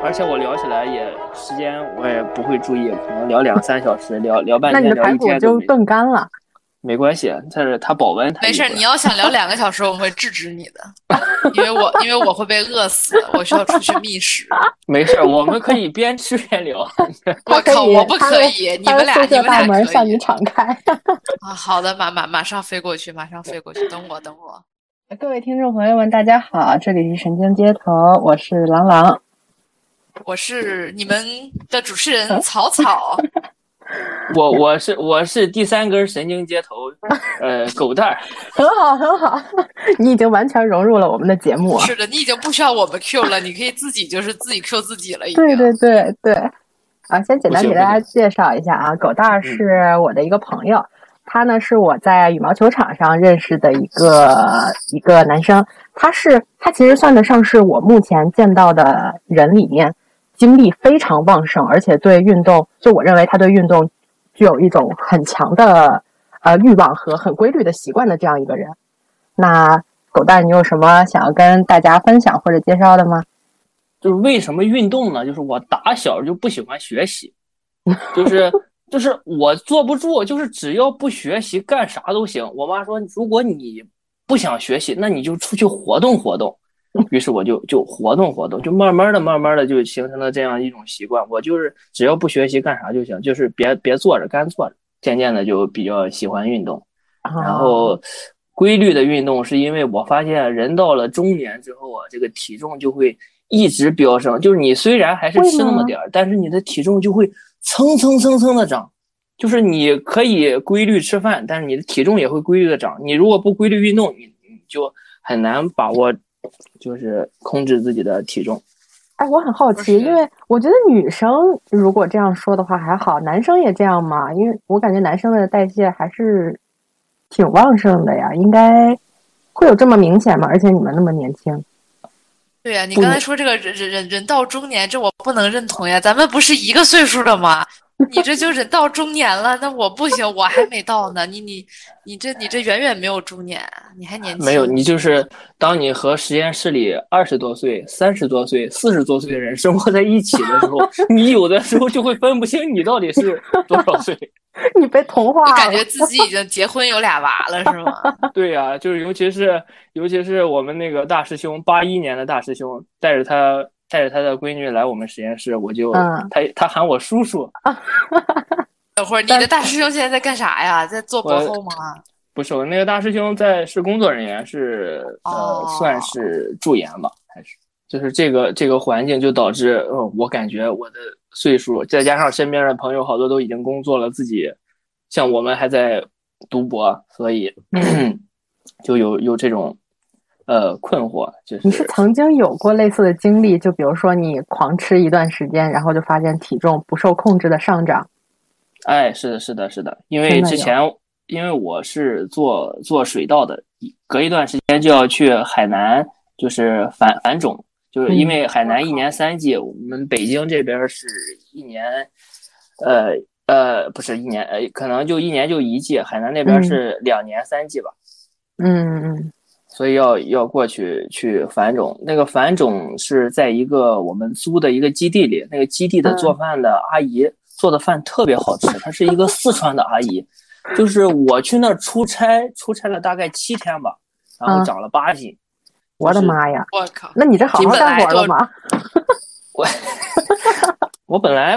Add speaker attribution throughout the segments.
Speaker 1: 而且我聊起来也时间我也不会注意，可能聊2、3小时，聊半
Speaker 2: 那你的
Speaker 1: 天，聊一
Speaker 2: 排骨就
Speaker 1: 天都
Speaker 2: 冻干了。
Speaker 1: 没关系，但是它保温它
Speaker 3: 没事，
Speaker 1: 一会儿。
Speaker 3: 你要想聊2个小时，我会制止你的，因为我会被饿死，我需要出去觅食。
Speaker 1: 没事，我们可以边吃边聊。
Speaker 3: 我靠，
Speaker 2: 他可以，
Speaker 3: 我不
Speaker 2: 他的
Speaker 3: 可以，你
Speaker 2: 他的
Speaker 3: 们俩
Speaker 2: 宿舍大门
Speaker 3: 可以
Speaker 2: 向你敞开。
Speaker 3: 啊！好的，马上飞过去，马上飞过去，等我等我。
Speaker 2: 各位听众朋友们，大家好，这里是神经街头，我是郎朗。
Speaker 3: 我是你们的主持人草草。
Speaker 1: 我是第3根神经接头，狗蛋儿。
Speaker 2: 很好，很好，你已经完全融入了我们的节目。
Speaker 3: 是的，你已经不需要我们 Q 了，你可以自己 Q 自己了，已经。
Speaker 2: 对对对对。啊，先简单给大家
Speaker 1: 不行
Speaker 2: 介绍一下啊，狗蛋儿是我的一个朋友，他呢是我在羽毛球场上认识的一个男生，他其实算得上是我目前见到的人里面精力非常旺盛，而且对运动，就我认为他对运动具有一种很强的欲望和很规律的习惯的这样一个人。那狗蛋，你有什么想要跟大家分享或者介绍的吗？
Speaker 1: 就是为什么运动呢？就是我打小就不喜欢学习，就是我坐不住，就是只要不学习干啥都行。我妈说，如果你不想学习，那你就出去活动活动。于是我就活动活动，就慢慢的就形成了这样一种习惯。我就是只要不学习干啥就行，就是别坐着干坐着。渐渐的就比较喜欢运动，然后规律的运动是因为我发现人到了中年之后啊，这个体重就会一直飙升，就是你虽然还是吃那么点儿，但是你的体重就会蹭的涨。就是你可以规律吃饭，但是你的体重也会规律的涨。你如果不规律运动，你就很难把握，就是控制自己的体重。
Speaker 2: 哎，我很好奇，因为我觉得女生如果这样说的话还好，男生也这样吗？因为我感觉男生的代谢还是挺旺盛的呀，应该会有这么明显吗？而且你们那么年轻。
Speaker 3: 对呀，你刚才说这个人到中年，这我不能认同呀，咱们不是一个岁数的吗？你这就人到中年了，那我不行，我还没到呢。你这远远没有中年，你还年轻。
Speaker 1: 没有，你就是当你和实验室里20多岁、30多岁、40多岁的人生活在一起的时候，你有的时候就会分不清你到底是多少岁。
Speaker 2: 你被同化了，
Speaker 3: 感觉自己已经结婚有俩娃了，是吗？
Speaker 1: 对呀，就是尤其是我们那个大师兄，81年的大师兄，带着他的闺女来我们实验室，我就他喊我叔叔。
Speaker 3: 等会儿你的大师兄现在在干啥呀？在做博后吗？
Speaker 1: 不是，我那个大师兄是工作人员，算是助研吧，还是就是这个环境就导致，我感觉我的岁数，再加上身边的朋友好多都已经工作了，自己像我们还在读博，所以就有这种困惑。就是
Speaker 2: 你是曾经有过类似的经历，就比如说你狂吃一段时间，然后就发现体重不受控制的上涨。
Speaker 1: 哎，是的，因为之前因为我是做水稻的，隔一段时间就要去海南，就是返种，就是因为海南1年3季，我们北京这边是1年，不是1年，可能就1年就1季，海南那边是2年3季吧。所以要过去返种，那个返种是在一个我们租的一个基地里，那个基地的做饭的阿姨做的饭特别好吃，她是一个四川的阿姨。就是我去那儿出差了大概7天吧，然后长了8斤。
Speaker 2: 我的妈呀！
Speaker 3: 我靠！
Speaker 2: 那你这好好干活了吗？
Speaker 1: 我本来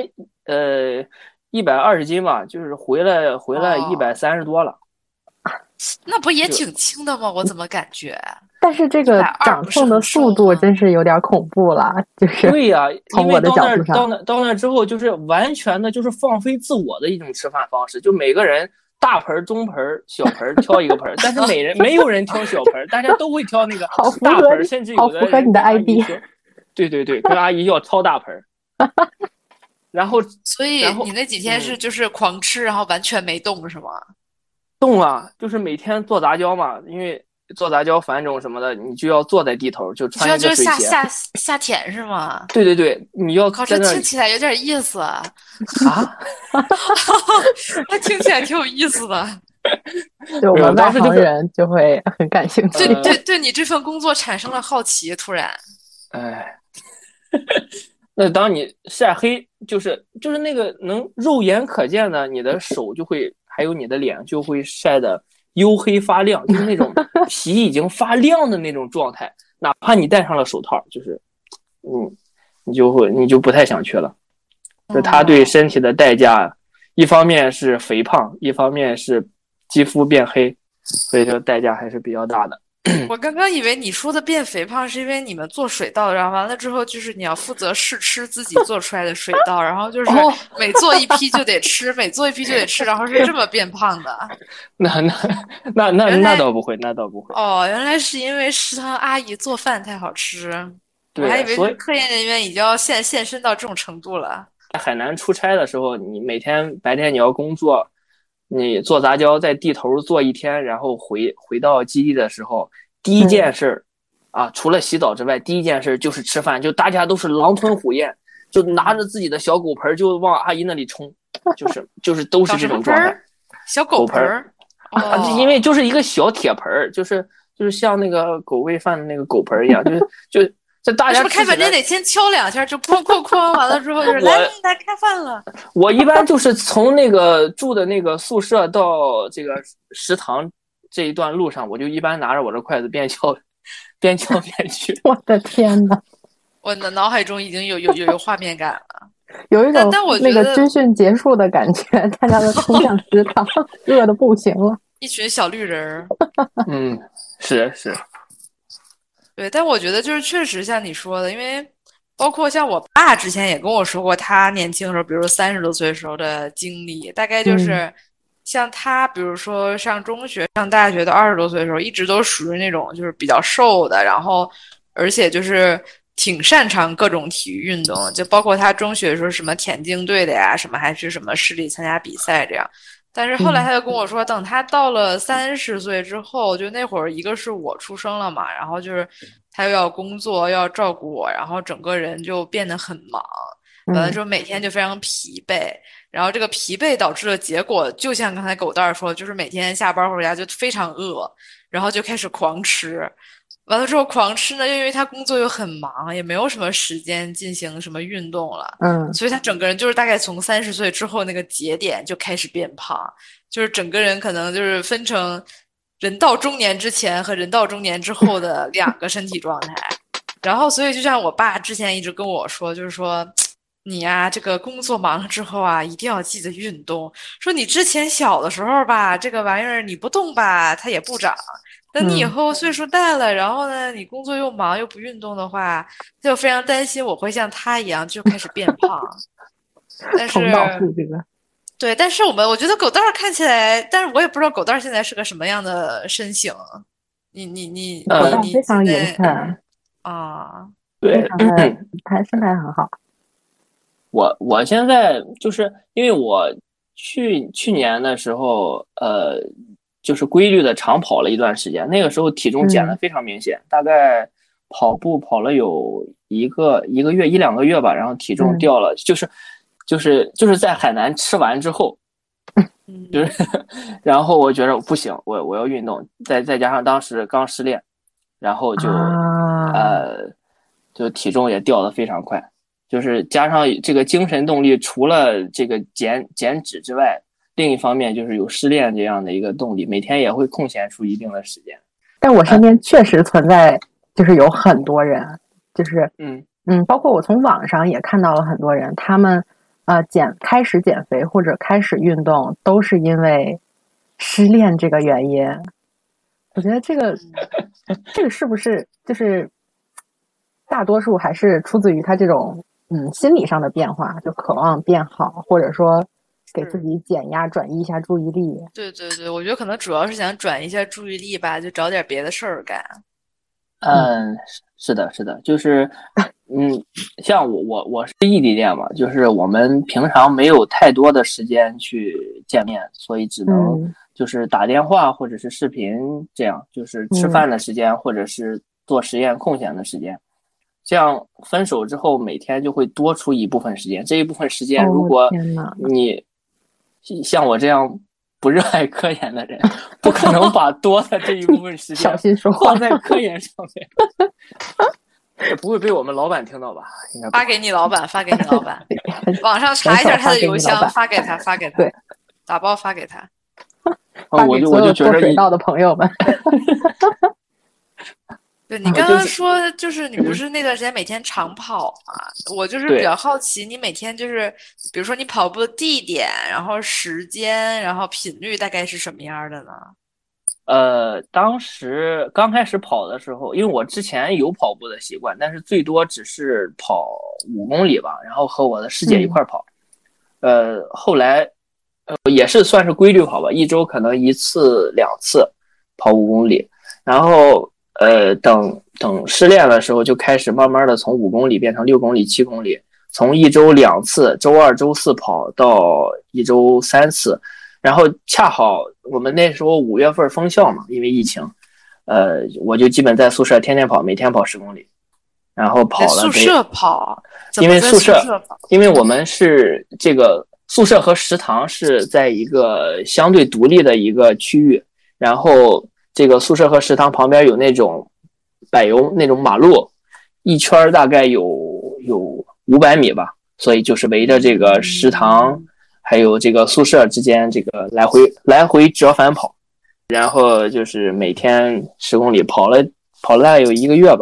Speaker 1: 120斤吧，就是回来130多了。
Speaker 3: 那不也挺轻的吗？我怎么感觉？
Speaker 2: 但是这个长重的速度真是有点恐怖了，就是
Speaker 1: 对呀，
Speaker 2: 从我的角度上，
Speaker 1: 到那之后，就是完全的就是放飞自我的一种吃饭方式，就每个人大盆、中盆、小盆挑一个盆，但是没有人挑小盆，大家都会挑那个大盆，甚至有的人
Speaker 2: 符合你的 ID。
Speaker 1: 对，跟阿姨要超大盆。然后，
Speaker 3: 所以你那几天是就是狂吃，然后完全没动是吗？
Speaker 1: 动啊，就是每天做杂交嘛，因为做杂交繁种什么的，你就要坐在地头，就穿一个水鞋。
Speaker 3: 下田是吗？
Speaker 1: 对，你要
Speaker 3: 靠，这听起来有点意思啊！那听起来挺有意思的。
Speaker 2: 就我们外行人就会很感兴趣。
Speaker 3: 对你这份工作产生了好奇，突然。
Speaker 1: 哎， 那当你晒黑，就是那个能肉眼可见的，你的手就会，还有你的脸就会晒得黝黑发亮，就是那种皮已经发亮的那种状态。哪怕你戴上了手套，就是你就不太想去了。就它对身体的代价，一方面是肥胖，一方面是肌肤变黑，所以这个代价还是比较大的。
Speaker 3: 我刚刚以为你说的变肥胖是因为你们做水稻，然后完了之后就是你要负责试吃自己做出来的水稻，然后就是每做一批就得吃，每做一批就得吃，然后是这么变胖的。
Speaker 1: 那倒不会，那倒不会。
Speaker 3: 哦，原来是因为食堂阿姨做饭太好吃，我还以为是科研人员已经要现身到这种程度了。
Speaker 1: 在海南出差的时候，你每天白天你要工作，你做杂交在地头做一天，然后回到基地的时候，第一件事啊，除了洗澡之外，第一件事就是吃饭，就大家都是狼吞虎咽，就拿着自己的小狗盆就往阿姨那里冲，就是都是这种状态。
Speaker 3: 小狗盆
Speaker 1: 啊，因为就是一个小铁盆，就是像那个狗喂饭的那个狗盆一样，就这大家
Speaker 3: 是不是开饭店得先敲2下，就哐哐哐，完了之后就是来开饭了。
Speaker 1: 我一般就是从那个住的那个宿舍到这个食堂这一段路上，我就一般拿着我的筷子边敲边去。
Speaker 2: 我的天哪！
Speaker 3: 我的脑海中已经有画面感了，
Speaker 2: 有一种那个军训结束的感觉，大家都冲向食堂，饿得不行了。
Speaker 3: 一群小绿人。
Speaker 1: 是。
Speaker 3: 对，但我觉得就是确实像你说的，因为包括像我爸之前也跟我说过，他年轻的时候，比如30多岁的时候的经历，大概就是像他，比如说上中学、上大学的20多岁的时候，一直都属于那种就是比较瘦的，然后而且就是挺擅长各种体育运动，就包括他中学的时候什么田径队的呀，什么还去什么市里参加比赛这样。但是后来他就跟我说，等他到了30岁之后，就那会儿一个是我出生了嘛，然后就是他又要工作，又要照顾我，然后整个人就变得很忙，完了之后每天就非常疲惫，然后这个疲惫导致的结果，就像刚才狗蛋说，就是每天下班回家就非常饿，然后就开始狂吃。完了之后狂吃呢，又因为他工作又很忙，也没有什么时间进行什么运动了，所以他整个人就是大概从30岁之后那个节点就开始变胖，就是整个人可能就是分成人到中年之前和人到中年之后的2个身体状态。然后所以就像我爸之前一直跟我说，就是说你呀，这个工作忙了之后啊，一定要记得运动。说你之前小的时候吧，这个玩意儿你不动吧，它也不长。等你以后岁数大了，然后呢，你工作又忙又不运动的话，就非常担心我会像他一样就开始变胖。但是
Speaker 2: 重蹈覆辙。
Speaker 3: 对，但是我觉得狗蛋看起来，但是我也不知道狗蛋现在是个什么样的身形。你
Speaker 2: 非常匀称
Speaker 3: 啊，
Speaker 1: 对，
Speaker 2: 身材很好。
Speaker 1: 我现在就是因为我去年的时候，就是规律的长跑了一段时间，那个时候体重减得非常明显，大概跑步跑了有一个月1-2个月吧，然后体重掉了，就是在海南吃完之后，然后我觉得不行，我要运动，再加上当时刚失恋，然后就体重也掉得非常快，就是加上这个精神动力，除了这个减脂之外，另一方面就是有失恋这样的一个动力，每天也会空闲出一定的时间。
Speaker 2: 但我身边确实存在，就是有很多人，就是包括我从网上也看到了很多人，他们开始减肥或者开始运动，都是因为失恋这个原因。我觉得这个是不是就是大多数还是出自于他这种心理上的变化，就渴望变好，或者说给自己减压，转移一下注意力。
Speaker 3: 对对对，我觉得可能主要是想转移一下注意力吧，就找点别的事儿干。
Speaker 1: 是的，就是像我是异地恋嘛，就是我们平常没有太多的时间去见面，所以只能就是打电话或者是视频，这样就是吃饭的时间或者是做实验空闲的时间。这样分手之后每天就会多出一部分时间，这一部分时间如果你像我这样不热爱科研的人，不可能把多的这一部分时间放在科研上面。 这不会被我们老板听到吧？应该
Speaker 3: 发给你老板，发给你老板，网上查一下他的邮箱，发给他，发给他，
Speaker 2: 对，
Speaker 3: 打包发给他。
Speaker 1: 我就觉得
Speaker 2: 做水稻的朋友们。
Speaker 3: 对，你刚刚说就是你不是那段时间每天长跑嘛？我就是比较好奇，你每天就是比如说你跑步的地点，然后时间，然后频率大概是什么样的呢？
Speaker 1: 当时刚开始跑的时候，因为我之前有跑步的习惯，但是最多只是跑5公里吧，然后和我的师姐一块跑。后来也是算是规律跑吧，一周可能1次2次跑5公里，然后等失恋的时候就开始慢慢的从5公里变成6公里、7公里，从一周2次，周2、周4跑到一周3次。然后恰好我们那时候5月份封校嘛，因为疫情，我就基本在宿舍天天跑，每天跑10公里，然后跑了
Speaker 3: 宿舍跑，
Speaker 1: 因为宿舍，因为我们是这个宿舍和食堂是在一个相对独立的一个区域，然后这个宿舍和食堂旁边有那种柏油那种马路，一圈大概有500米吧，所以就是围着这个食堂还有这个宿舍之间这个来回折返跑，然后就是每天10公里跑了大概有1个月吧。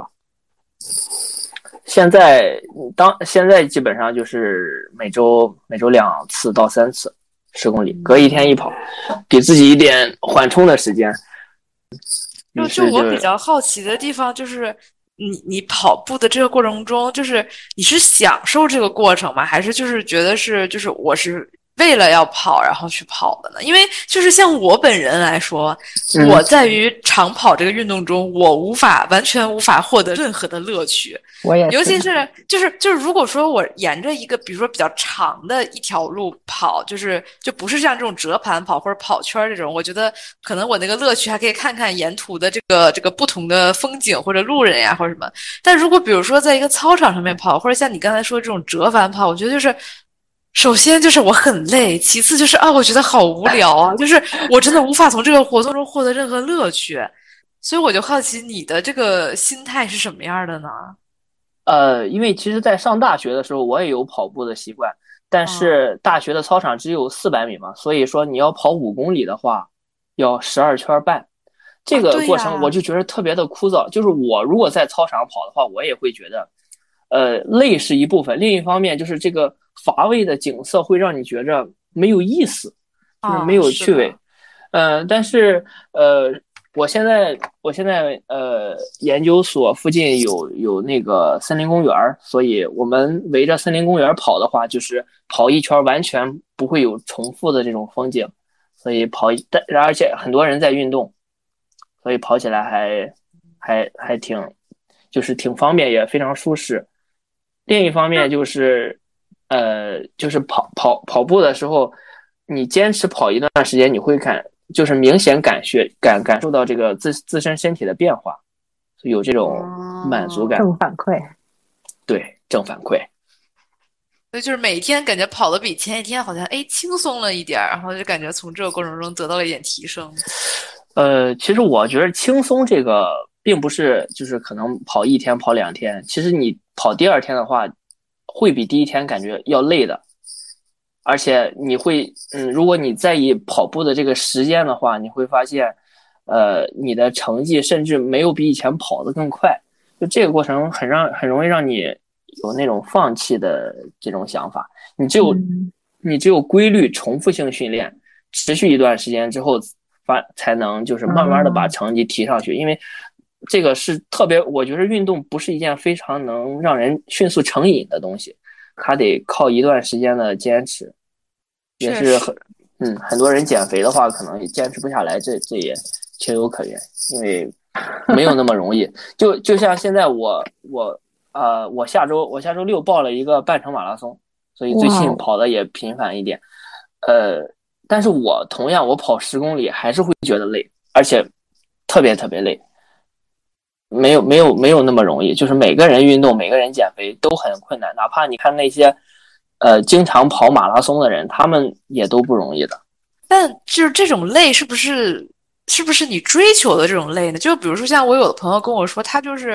Speaker 1: 现在基本上就是每周2次到3次10公里，隔一天一跑，给自己一点缓冲的时间。
Speaker 3: 就我比较好奇的地方就是你跑步的这个过程中，就是你是享受这个过程吗？还是就是觉得就是我是为了要跑然后去跑的呢？因为就是像我本人来说，我在于长跑这个运动中，我完全无法获得任何的乐趣。
Speaker 2: 我也是，
Speaker 3: 尤其是就是如果说我沿着一个比如说比较长的一条路跑，就不是像这种折返跑或者跑圈这种，我觉得可能我那个乐趣还可以看看沿途的这个不同的风景或者路人呀或者什么。但如果比如说在一个操场上面跑，或者像你刚才说这种折返跑，我觉得就是首先就是我很累，其次就是我觉得好无聊啊，就是我真的无法从这个活动中获得任何乐趣。所以我就好奇你的这个心态是什么样的呢？
Speaker 1: 因为其实在上大学的时候我也有跑步的习惯，但是大学的操场只有400米嘛，所以说你要跑5公里的话要12圈半，这个过程我就觉得特别的枯燥。就是我如果在操场跑的话，我也会觉得累是一部分，另一方面就是这个乏味的景色会让你觉着没有意思，就是没有趣味。但是我现在研究所附近有那个森林公园，所以我们围着森林公园跑的话，就是跑一圈完全不会有重复的这种风景，所以而且很多人在运动，所以跑起来还挺方便，也非常舒适。另一方面就是就是跑步的时候，你坚持跑一段时间，你会就是明显感受到这个自身身体的变化，有这种满足感，
Speaker 2: 正反馈。
Speaker 1: 对，正反馈。
Speaker 3: 所以就是每天感觉跑得比前几天好像轻松了一点，然后就感觉从这个过程中得到了一点提升。
Speaker 1: 其实我觉得轻松这个并不是就是可能跑1天跑2天，其实你跑第2天的话，会比第1天感觉要累的。而且你会，如果你在意跑步的这个时间的话，你会发现，你的成绩甚至没有比以前跑得更快。就这个过程很容易让你有那种放弃的这种想法。你只有规律重复性训练，持续一段时间之后，才能就是慢慢的把成绩提上去。因为这个是特别，我觉得运动不是一件非常能让人迅速成瘾的东西。他得靠一段时间的坚持，也是很多人减肥的话可能也坚持不下来，这也情有可原，因为没有那么容易。就像现在我下周6报了一个半程马拉松，所以最近跑的也频繁一点。但是同样我跑10公里还是会觉得累，而且特别特别累。没有那么容易，就是每个人运动每个人减肥都很困难，哪怕你看那些经常跑马拉松的人，他们也都不容易的。
Speaker 3: 但就是这种累是不是你追求的这种累呢？就比如说像我有的朋友跟我说，他就是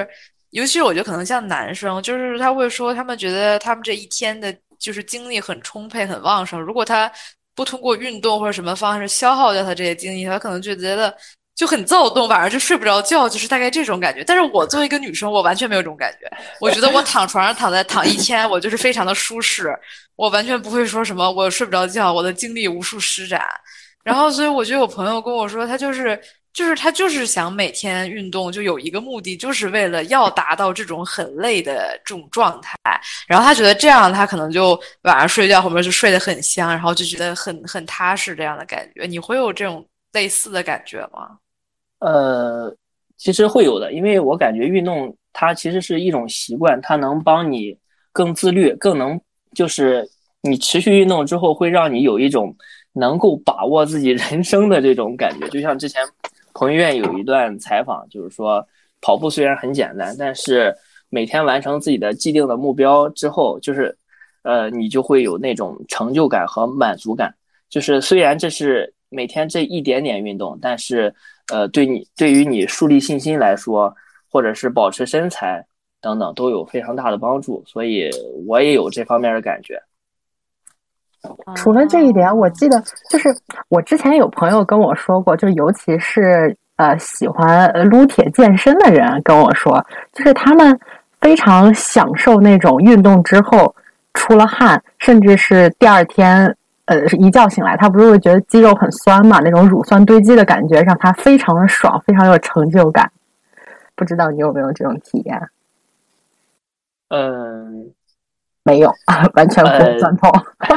Speaker 3: 尤其是我觉得可能像男生，就是他会说他们觉得他们这一天的就是精力很充沛、很旺盛，如果他不通过运动或者什么方式消耗掉他这些精力，他可能就觉得就很躁动，晚上就睡不着觉，就是大概这种感觉。但是我作为一个女生，我完全没有这种感觉。我觉得我躺床上躺一天，我就是非常的舒适，我完全不会说什么我睡不着觉，我的精力无处施展。然后，所以我觉得我朋友跟我说，他就是想每天运动，就有一个目的，就是为了要达到这种很累的这种状态。然后他觉得这样，他可能就晚上睡觉或者就睡得很香，然后就觉得很踏实这样的感觉。你会有这种类似的感觉吗？
Speaker 1: 其实会有的，因为我感觉运动它其实是一种习惯，它能帮你更自律，更能就是你持续运动之后，会让你有一种能够把握自己人生的这种感觉。就像之前彭于晏有一段采访，就是说跑步虽然很简单，但是每天完成自己的既定的目标之后，就是你就会有那种成就感和满足感。就是虽然这是每天这一点点运动，但是对于你树立信心来说，或者是保持身材等等，都有非常大的帮助。所以我也有这方面的感觉。
Speaker 2: 除了这一点，我记得就是我之前有朋友跟我说过，就尤其是喜欢撸铁健身的人跟我说，就是他们非常享受那种运动之后出了汗，甚至是第二天一觉醒来，他不是会觉得肌肉很酸嘛，那种乳酸堆积的感觉让他非常的爽，非常有成就感。不知道你有没有这种体验？没有，完全不赞同。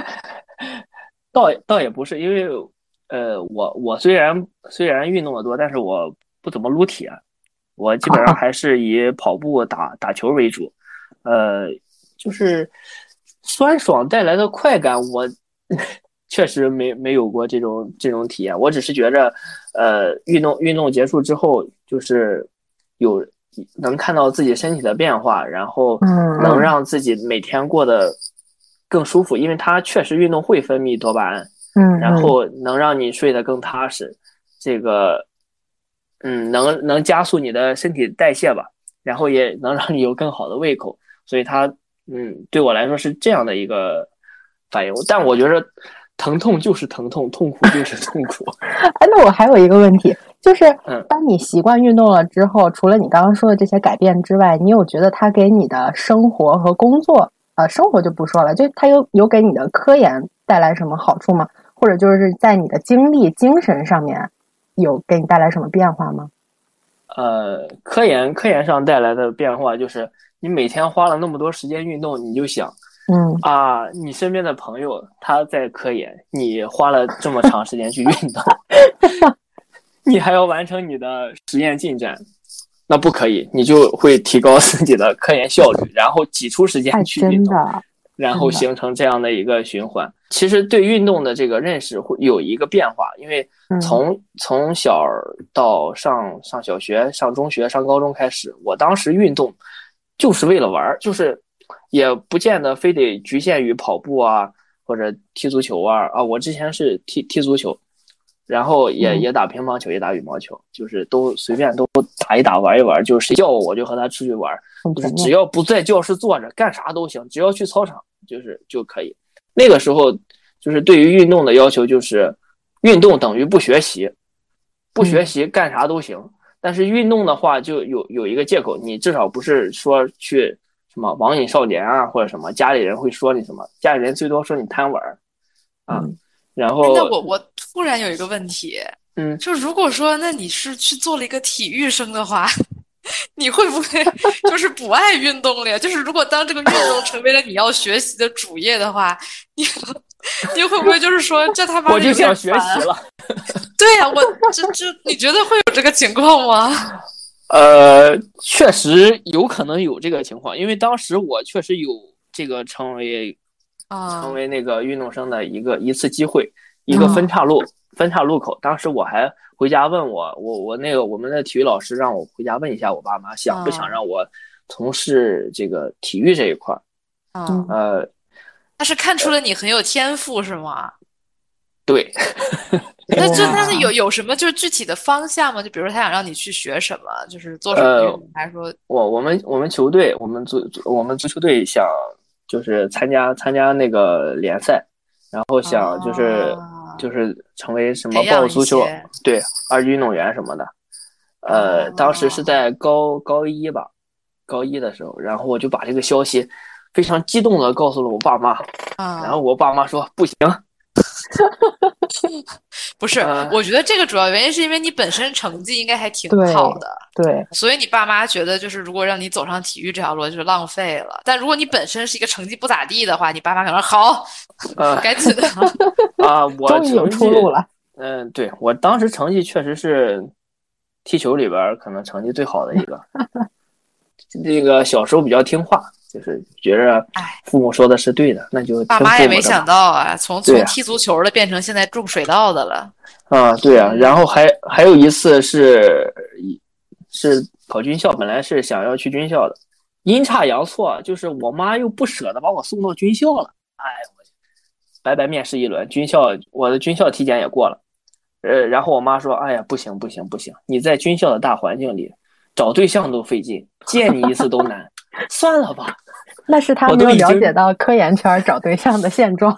Speaker 1: 倒也不是，因为我虽然运动的多，但是我不怎么撸铁，我基本上还是以跑步打球为主。就是酸爽带来的快感，我确实没有过这种体验。我只是觉着，运动结束之后，就是能看到自己身体的变化，然后能让自己每天过得更舒服，因为它确实运动会分泌多巴胺，然后能让你睡得更踏实，这个能加速你的身体代谢吧，然后也能让你有更好的胃口，所以它对我来说是这样的一个反应。但我觉得疼痛就是疼痛，痛苦就是痛苦。
Speaker 2: 哎，那我还有一个问题，就是当你习惯运动了之后，除了你刚刚说的这些改变之外，你有觉得它给你的生活和工作，生活就不说了，就它有给你的科研带来什么好处吗？或者就是在你的精力、精神上面有给你带来什么变化吗？
Speaker 1: 科研上带来的变化就是你每天花了那么多时间运动，你就想你身边的朋友他在科研，你花了这么长时间去运动你还要完成你的实验进展，那不可以，你就会提高自己的科研效率，然后挤出时间去运动，然后形成这样的一个循环。其实对运动的这个认识会有一个变化，因为从小到上小学、上中学、上高中开始，我当时运动就是为了玩，就是也不见得非得局限于跑步啊或者踢足球我之前是踢足球，然后也打乒乓球，也打羽毛球，就是都随便都打一打玩一玩，就是谁叫我就和他出去玩，就是只要不在教室坐着干啥都行，只要去操场就可以。那个时候就是对于运动的要求就是运动等于不学习，不学习干啥都行，但是运动的话就有一个借口，你至少不是说去什么网瘾少年或者什么，家里人会说你什么，家里人最多说你贪玩然后
Speaker 3: 那我突然有一个问题，就如果说那你是去做了一个体育生的话，你会不会就是不爱运动了呀？就是如果当这个运动成为了你要学习的主业的话，你会不会就是说这他妈
Speaker 1: 我就想学习了？
Speaker 3: 对呀，你觉得会有这个情况吗？
Speaker 1: 确实有可能有这个情况，因为当时我确实有这个成为那个运动生的一次机会，一个分岔路口。当时我还回家问我那个我们的体育老师让我回家问一下我爸妈，想不想让我从事这个体育这一块。
Speaker 3: 他是看出了你很有天赋是吗？
Speaker 1: 对。
Speaker 3: 那
Speaker 2: 哇
Speaker 3: 有什么就是具体的方向吗？就比如说他想让你去学什么，就是做什么运动，还是说
Speaker 1: 我们球队，我们足球队想就是参加那个联赛，然后想
Speaker 3: 啊
Speaker 1: 成为什么
Speaker 3: 培养一
Speaker 1: 报足球，
Speaker 3: 些
Speaker 1: 对，二级运动员什么的。当时是
Speaker 3: 啊
Speaker 1: 在高一吧，高一的时候，然后我就把这个消息非常激动的告诉了我爸妈，然后
Speaker 3: 啊？
Speaker 1: 我爸妈说不行。
Speaker 3: 不是，我觉得这个主要原因是因为你本身成绩应该还挺好
Speaker 2: 对
Speaker 3: 的，
Speaker 2: 对，
Speaker 3: 所以你爸妈觉得就是如果让你走上体育这条路就是浪费了。但如果你本身是一个成绩不咋地的话，你爸妈可能好，
Speaker 1: 呃
Speaker 3: 赶紧的。
Speaker 1: 我
Speaker 2: 终于有
Speaker 1: 成绩，
Speaker 2: 出路了。
Speaker 1: 对，我当时成绩确实是踢球里边可能成绩最好的一个。这个小时候比较听话，就是觉着
Speaker 3: 哎，
Speaker 1: 父母说的是对的，那就
Speaker 3: 爸
Speaker 1: 听
Speaker 3: 妈也没想
Speaker 1: 父母的吧。
Speaker 3: 到啊，从
Speaker 1: 对呀，
Speaker 3: 从踢足球的变成现在种水稻的了。
Speaker 1: 对呀，然后还有一次是考军校，本来是想要去军校的，阴差阳错，就是我妈又不舍得把我送到军校了。哎，我白白面试一轮，我的军校体检也过了。然后我妈说：“哎呀，不行不行不行，你在军校的大环境里找对象都费劲，见你一次都难，算了吧。”
Speaker 2: 那是他没有
Speaker 1: 我都已经
Speaker 2: 了解到科研圈找对象的现状。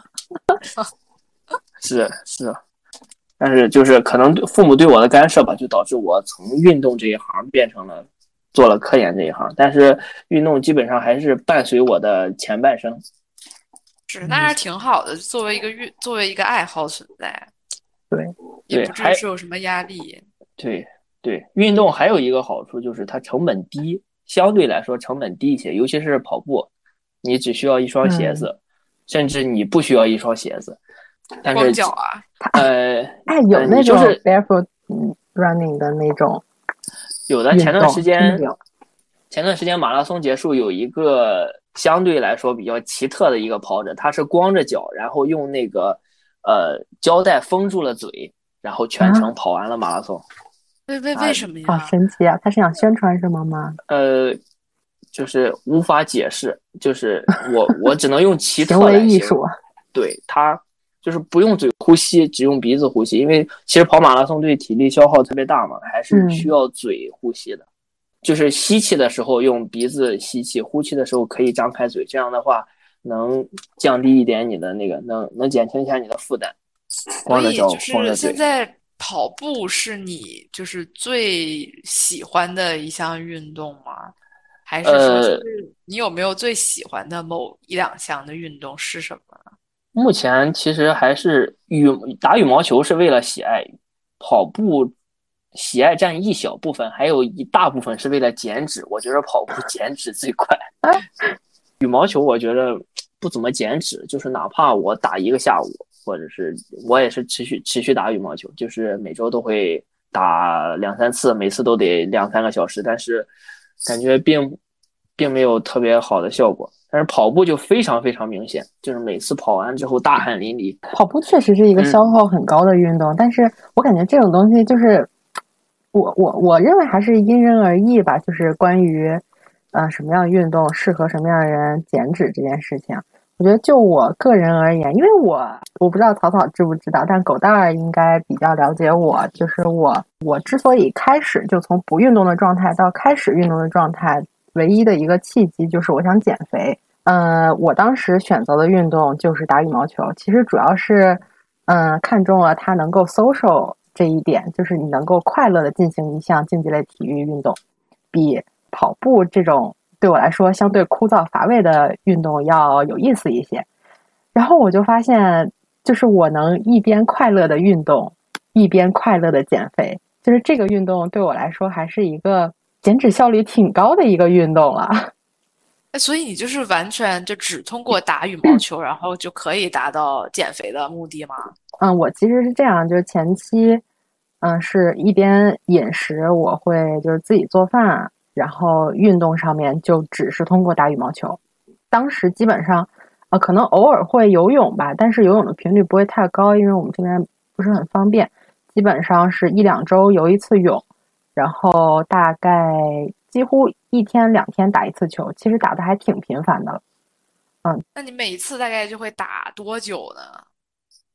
Speaker 1: 是，但是就是可能父母对我的干涉吧，就导致我从运动这一行变成了做了科研这一行，但是运动基本上还是伴随我的前半生。
Speaker 3: 是，那还是挺好的，作为一个爱好存在，
Speaker 2: 对
Speaker 1: 对，
Speaker 3: 也不至于说有什么压力。
Speaker 1: 对对，运动还有一个好处就是它成本低，相对来说成本低一些，尤其是跑步，你只需要一双鞋子，甚至你不需要一双鞋子，但
Speaker 3: 光
Speaker 1: 是
Speaker 3: 脚啊，
Speaker 2: 有那种
Speaker 1: 你就是
Speaker 2: barefoot running 的那种
Speaker 1: 有的。
Speaker 2: 运动，真的有。
Speaker 1: 前段时间马拉松结束，有一个相对来说比较奇特的一个跑者，他是光着脚，然后用那个胶带封住了嘴，然后全程跑完了马拉松。
Speaker 3: 为什么
Speaker 2: 好
Speaker 3: 呀？
Speaker 2: 神奇啊！他是想宣传什么吗？
Speaker 1: 呃，就是无法解释，就是我只能用奇
Speaker 2: 行
Speaker 1: 特来形容。
Speaker 2: 为艺术。
Speaker 1: 对，他就是不用嘴呼吸，只用鼻子呼吸，因为其实跑马拉松对体力消耗特别大嘛，还是需要嘴呼吸的。就是吸气的时候用鼻子吸气，呼气的时候可以张开嘴，这样的话能降低一点你的那个，能减轻一下你的负担。
Speaker 3: 所
Speaker 1: 光着脚，
Speaker 3: 以就是
Speaker 1: 光着嘴。
Speaker 3: 现在跑步是你就是最喜欢的一项运动吗？还是说就
Speaker 1: 呃，
Speaker 3: 是你有没有最喜欢的某一两项的运动是什么呢？
Speaker 1: 目前其实还是打羽毛球是为了喜爱，跑步喜爱占一小部分，还有一大部分是为了减脂。我觉得跑步减脂最快。羽毛球我觉得不怎么减脂，就是哪怕我打一个下午，或者是我也是持续打羽毛球，就是每周都会打2、3次，每次都得2、3个小时，但是感觉并没有特别好的效果。但是跑步就非常非常明显，就是每次跑完之后大汗淋漓。
Speaker 2: 跑步确实是一个消耗很高的运动，但是我感觉这种东西就是我认为还是因人而异吧，就是关于什么样的运动适合什么样的人减脂这件事情。我觉得就我个人而言，因为我不知道草草知不知道，但狗蛋儿应该比较了解我，就是我之所以开始就从不运动的状态到开始运动的状态，唯一的一个契机就是我想减肥。我当时选择的运动就是打羽毛球，其实主要是看中了它能够 social 这一点，就是你能够快乐的进行一项竞技类体育运动，比跑步这种对我来说相对枯燥乏味的运动要有意思一些。然后我就发现，就是我能一边快乐的运动，一边快乐的减肥，就是这个运动对我来说还是一个减脂效率挺高的一个运动了。
Speaker 3: 所以你就是完全就只通过打羽毛球，然后就可以达到减肥的目的吗？
Speaker 2: 我其实是这样，就是前期，是一边饮食我会就是自己做饭，然后运动上面就只是通过打羽毛球。当时基本上，可能偶尔会游泳吧，但是游泳的频率不会太高，因为我们这边不是很方便。基本上是1-2周游一次泳，然后大概几乎1天2天打一次球，其实打的还挺频繁的。
Speaker 3: 那你每一次大概就会打多久呢？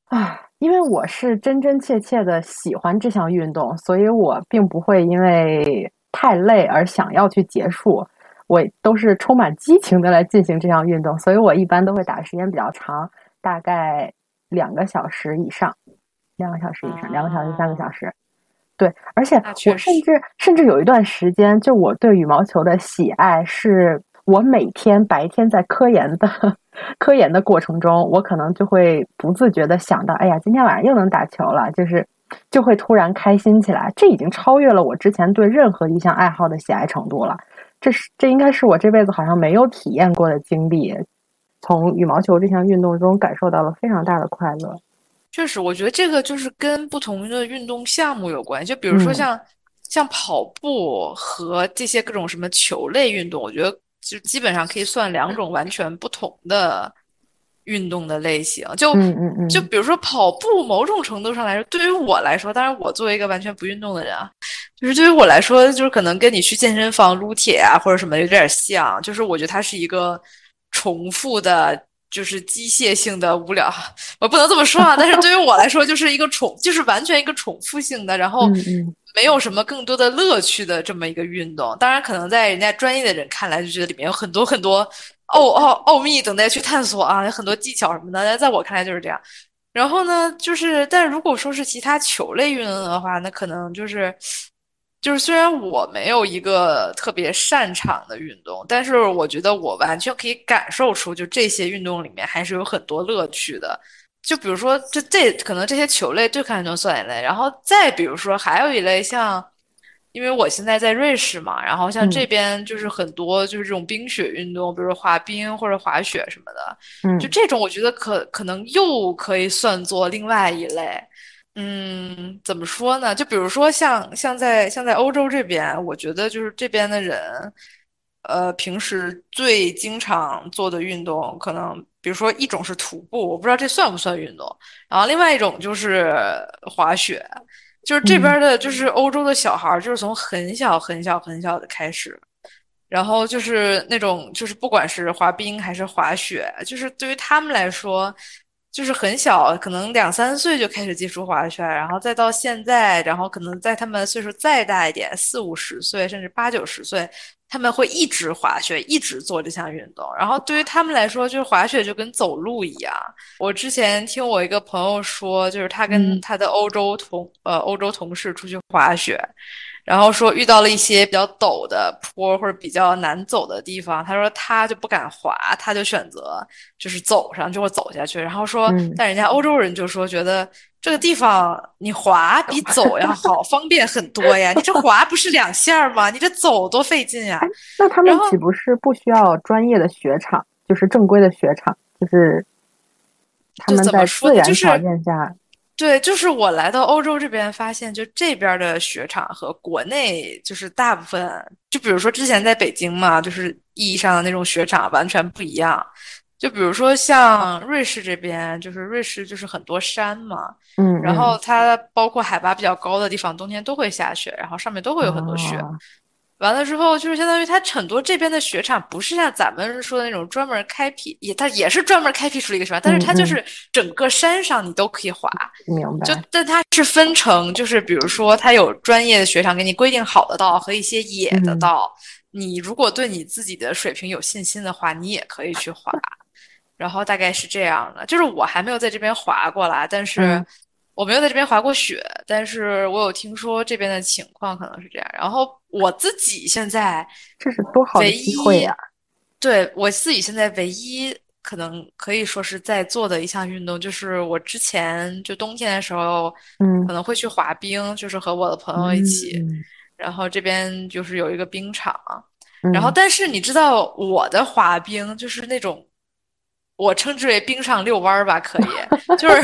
Speaker 2: 因为我是真真切切的喜欢这项运动，所以我并不会因为太累而想要去结束，我都是充满激情的来进行这项运动，所以我一般都会打的时间比较长，大概两个小时以上，两个小时以上，2个小时、3个小时。对，而且我
Speaker 3: 那确实。
Speaker 2: 甚至有一段时间，就我对羽毛球的喜爱是，我每天白天在科研的过程中，我可能就会不自觉的想到，哎呀，今天晚上又能打球了，就会突然开心起来。这已经超越了我之前对任何一项爱好的喜爱程度了。这应该是我这辈子好像没有体验过的经历，从羽毛球这项运动中感受到了非常大的快乐。
Speaker 3: 确实，我觉得这个就是跟不同的运动项目有关。就比如说
Speaker 2: 嗯
Speaker 3: 像跑步和这些各种什么球类运动，我觉得就基本上可以算两种完全不同的运动的类型。就
Speaker 2: 嗯
Speaker 3: 比如说跑步，某种程度上来说，对于我来说，当然我作为一个完全不运动的人啊，就是对于我来说，就是可能跟你去健身房撸铁啊或者什么有点像，就是我觉得它是一个重复的。就是机械性的无聊，我不能这么说啊，但是对于我来说，就是一个就是完全一个重复性的，然后
Speaker 2: 嗯
Speaker 3: 没有什么更多的乐趣的这么一个运动。当然，可能在人家专业的人看来，就觉得里面有很多很多奥秘等待去探索啊，有很多技巧什么的。但在我看来就是这样。然后呢，但如果说是其他球类运动的话，那可能就是虽然我没有一个特别擅长的运动，但是我觉得我完全可以感受出，就这些运动里面还是有很多乐趣的。就比如说，可能这些球类对抗运动算一类，然后再比如说还有一类像，因为我现在在瑞士嘛，然后像这
Speaker 2: 嗯
Speaker 3: 边就是很多就是这种冰雪运动，比如说滑冰或者滑雪什么的，就
Speaker 2: 嗯
Speaker 3: 这种我觉得可能又可以算作另外一类。怎么说呢？就比如说像在欧洲这边，我觉得就是这边的人，平时最经常做的运动，可能比如说一种是徒步，我不知道这算不算运动，然后另外一种就是滑雪，就是这边
Speaker 2: 嗯
Speaker 3: 的，就是欧洲的小孩儿，就是从很小很小很小的开始。然后就是那种，就是不管是滑冰还是滑雪，就是对于他们来说，就是很小，可能2、3岁就开始接触滑雪，然后再到现在，然后可能在他们岁数再大一点，40、50岁，甚至80、90岁，他们会一直滑雪，一直做这项运动。然后对于他们来说，就是滑雪就跟走路一样。我之前听我一个朋友说，就是他跟
Speaker 2: 嗯
Speaker 3: 他的欧洲同事出去滑雪。然后说遇到了一些比较陡的坡或者比较难走的地方，他说他就不敢滑，他就选择就是走上就会走下去。然后说，
Speaker 2: 嗯。
Speaker 3: 但人家欧洲人就说觉得这个地方你滑比走要好，方便很多呀。你这滑不是2下吗？你这走多费劲呀。
Speaker 2: 那他们
Speaker 3: 然后
Speaker 2: 岂不是不需要专业的雪场，就是正规的雪场，就是他
Speaker 3: 就
Speaker 2: 们在
Speaker 3: 怎么说呢？
Speaker 2: 自然条件下，
Speaker 3: 对，就是我来到欧洲这边，发现就这边的雪场和国内就是大部分，就比如说之前在北京嘛，就是意义上的那种雪场完全不一样。就比如说像瑞士这边，就是瑞士就是很多山嘛，然后
Speaker 2: 嗯嗯，
Speaker 3: 它包括海拔比较高的地方，冬天都会下雪，然后上面都会有很多雪。
Speaker 2: 哦，
Speaker 3: 完了之后，就是相当于它很多这边的雪场不是像咱们说的那种专门开辟，它也是专门开辟出了一个雪场，但是
Speaker 2: 嗯嗯，
Speaker 3: 它就是整个山上你都可以滑。
Speaker 2: 明白，
Speaker 3: 但它是分成，就是比如说它有专业的雪场给你规定好的道和一些野的
Speaker 2: 嗯
Speaker 3: 道，你如果对你自己的水平有信心的话，你也可以去滑。然后大概是这样的，就是我还没有在这边滑过啦，但是
Speaker 2: 嗯，
Speaker 3: 我没有在这边滑过雪，但是我有听说这边的情况可能是这样。然后我自己现在
Speaker 2: 这是多好的
Speaker 3: 唯
Speaker 2: 机会
Speaker 3: 一，
Speaker 2: 呀！
Speaker 3: 对，我自己现在唯一可能可以说是在做的一项运动，就是我之前就冬天的时候
Speaker 2: 嗯
Speaker 3: 可能会去滑冰，就是和我的朋友一起，
Speaker 2: 嗯
Speaker 3: 然后这边就是有一个冰场。然后，
Speaker 2: 嗯，
Speaker 3: 但是你知道我的滑冰就是那种，我称之为冰上遛弯儿吧，可以，就是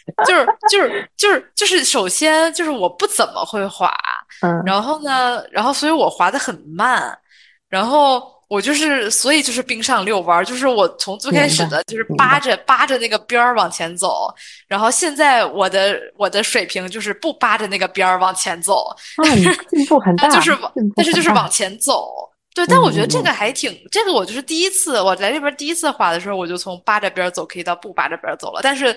Speaker 3: 就是，首先就是我不怎么会滑，
Speaker 2: 嗯，
Speaker 3: 然后呢，然后所以我滑得很慢，然后我就是所以就是冰上遛弯儿，就是我从最开
Speaker 2: 明白
Speaker 3: 始的就是
Speaker 2: 明白。
Speaker 3: 扒着那个边儿往前走，然后现在我的水平就是不扒着那个边儿往前走，
Speaker 2: 啊，你进步很大，进步
Speaker 3: 但是就
Speaker 2: 很大。
Speaker 3: 是往前走。对，
Speaker 2: 嗯
Speaker 3: 但我觉得这个
Speaker 2: 嗯
Speaker 3: 还挺，这个我就是第一次，我来这边第一次滑的时候，我就从扒着边儿走可以到不扒着边儿走了。但是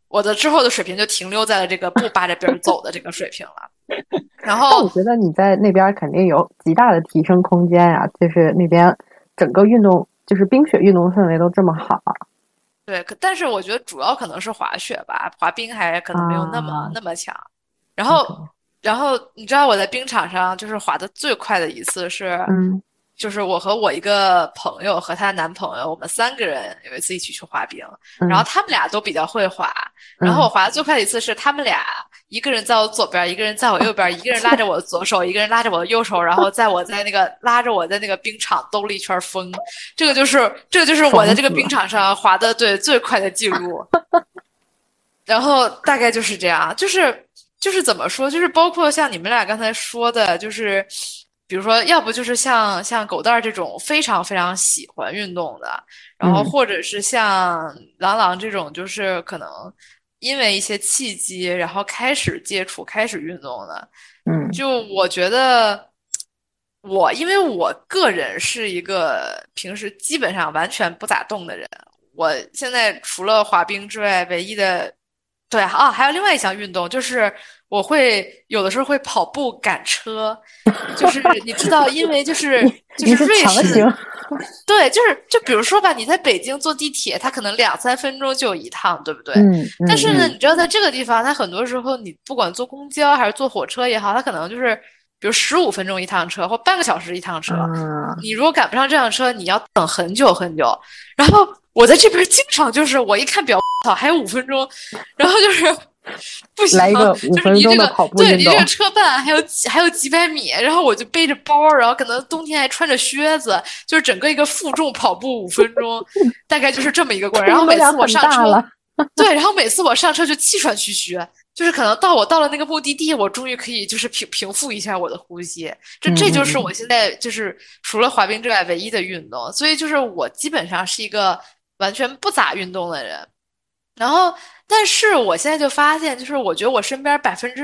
Speaker 3: 我的之后的水平就停留在了这个不扒着边走的这个水平了。然后，
Speaker 2: 但我觉得你在那边肯定有极大的提升空间呀，就是那边整个运动，就是冰雪运动氛围都这么好。
Speaker 3: 对，但是我觉得主要可能是滑雪吧，滑冰还可能没有那么强。然后，然后你知道我在冰场上就是滑的最快的一次是，就是我和我一个朋友和她男朋友，我们3个人有一次一起去滑冰，然后他们俩都比较会滑，然后我滑的最快的一次是他们俩一个人在我左边，一个人在我右边，一个人拉着我的左手，一个人拉着我的右手，然后在那个拉着我在那个冰场兜了一圈风，这个就是我在这个冰场上滑的最快的记录。然后大概就是这样，就是怎么说，就是包括像你们俩刚才说的，就是比如说，要不就是像狗蛋儿这种非常非常喜欢运动的，然后或者是像郎这种，就是可能因为一些契机，然后开始接触、开始运动的。就我觉得因为我个人是一个平时基本上完全不咋动的人，我现在除了滑冰之外，唯一的。对啊，还有另外一项运动，就是我会有的时候会跑步赶车，就是你知道，因为就是瑞士，对，就比如说吧，你在北京坐地铁，它可能2-3分钟就有一趟，对不对？但是呢，你知道在这个地方，它很多时候你不管坐公交还是坐火车也好，它可能就是比如15分钟一趟车或半个小时一趟车，你如果赶不上这辆车，你要等很久很久，然后。我在这边经常就是我一看表，操，还有5分钟，然后就是不行，
Speaker 2: 来一个5分钟的跑步运动，
Speaker 3: 对，离这个车半还有几百米，然后我就背着包，然后可能冬天还穿着靴子，就是整个一个负重跑步5分钟，大概就是这么一个过程。然后每次我上车，对，然后每次我上车就气喘吁吁，就是可能我到了那个目的地，我终于可以就是平复一下我的呼吸。这就是我现在就是除了滑冰之外唯一的运动，所以就是我基本上是一个。完全不咋运动的人，然后，但是我现在就发现，就是我觉得我身边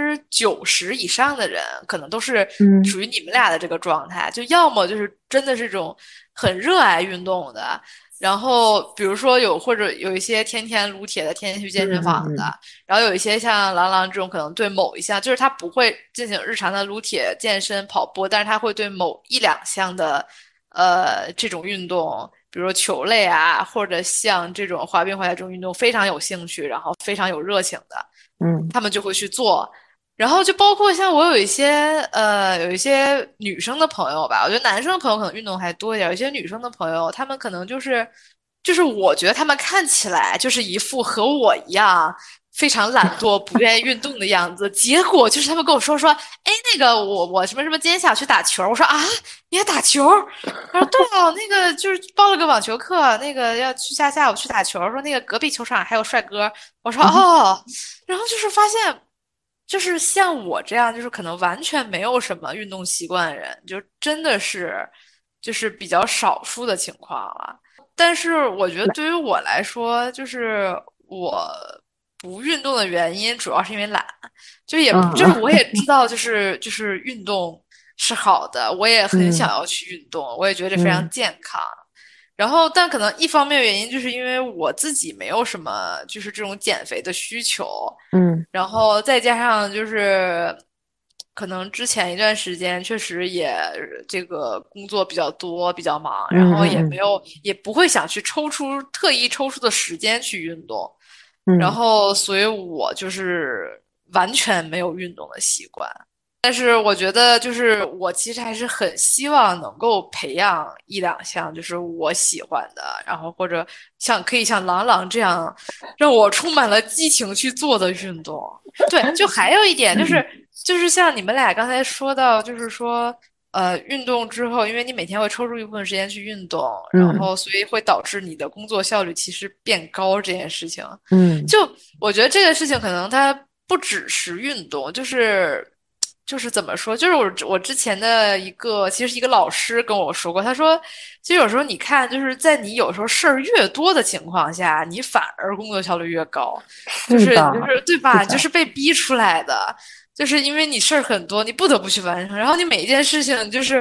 Speaker 3: 90%以上的人，可能都是属于你们俩的这个状态，就要么就是真的是这种很热爱运动的，然后比如说或者有一些天天撸铁的，天天去健身房的，然后有一些像郎这种，可能对某一项，就是他不会进行日常的撸铁、健身、跑步，但是他会对某1-2项的这种运动。比如说球类啊，或者像这种滑冰、滑雪这种运动非常有兴趣，然后非常有热情的，他们就会去做。然后就包括像我有一些女生的朋友吧，我觉得男生的朋友可能运动还多一点，有一些女生的朋友，他们可能就是我觉得他们看起来就是一副和我一样。非常懒惰、不愿意运动的样子，结果就是他们跟我说，哎，那个我什么什么，今天想去打球。我说啊，你还打球？他说对哦，那个就是报了个网球课，那个要去下午去打球。说那个隔壁球场还有帅哥。我说哦，然后就是发现，就是像我这样，就是可能完全没有什么运动习惯的人，就真的是就是比较少数的情况了。但是我觉得对于我来说，就是我。不运动的原因主要是因为懒，就是我也知道，就是运动是好的，我也很想要去运动，我也觉得这非常健康。然后，但可能一方面原因就是因为我自己没有什么就是这种减肥的需求，然后再加上就是可能之前一段时间确实也这个工作比较多，比较忙，然后也不会想去特意抽出的时间去运动。然后，所以我就是完全没有运动的习惯，但是我觉得，就是我其实还是很希望能够培养1-2项，就是我喜欢的，然后或者可以像郎这样，让我充满了激情去做的运动。对，就还有一点就是像你们俩刚才说到，就是说。运动之后，因为你每天会抽出一部分时间去运动，然后所以会导致你的工作效率其实变高这件事情。就我觉得这个事情可能它不只是运动，就是怎么说，就是我之前的其实一个老师跟我说过，他说，其实有时候你看，就是在你有时候事儿越多的情况下，你反而工作效率越高，就是对吧？就是被逼出来的。就是因为你事儿很多，你不得不去完成，然后你每一件事情就是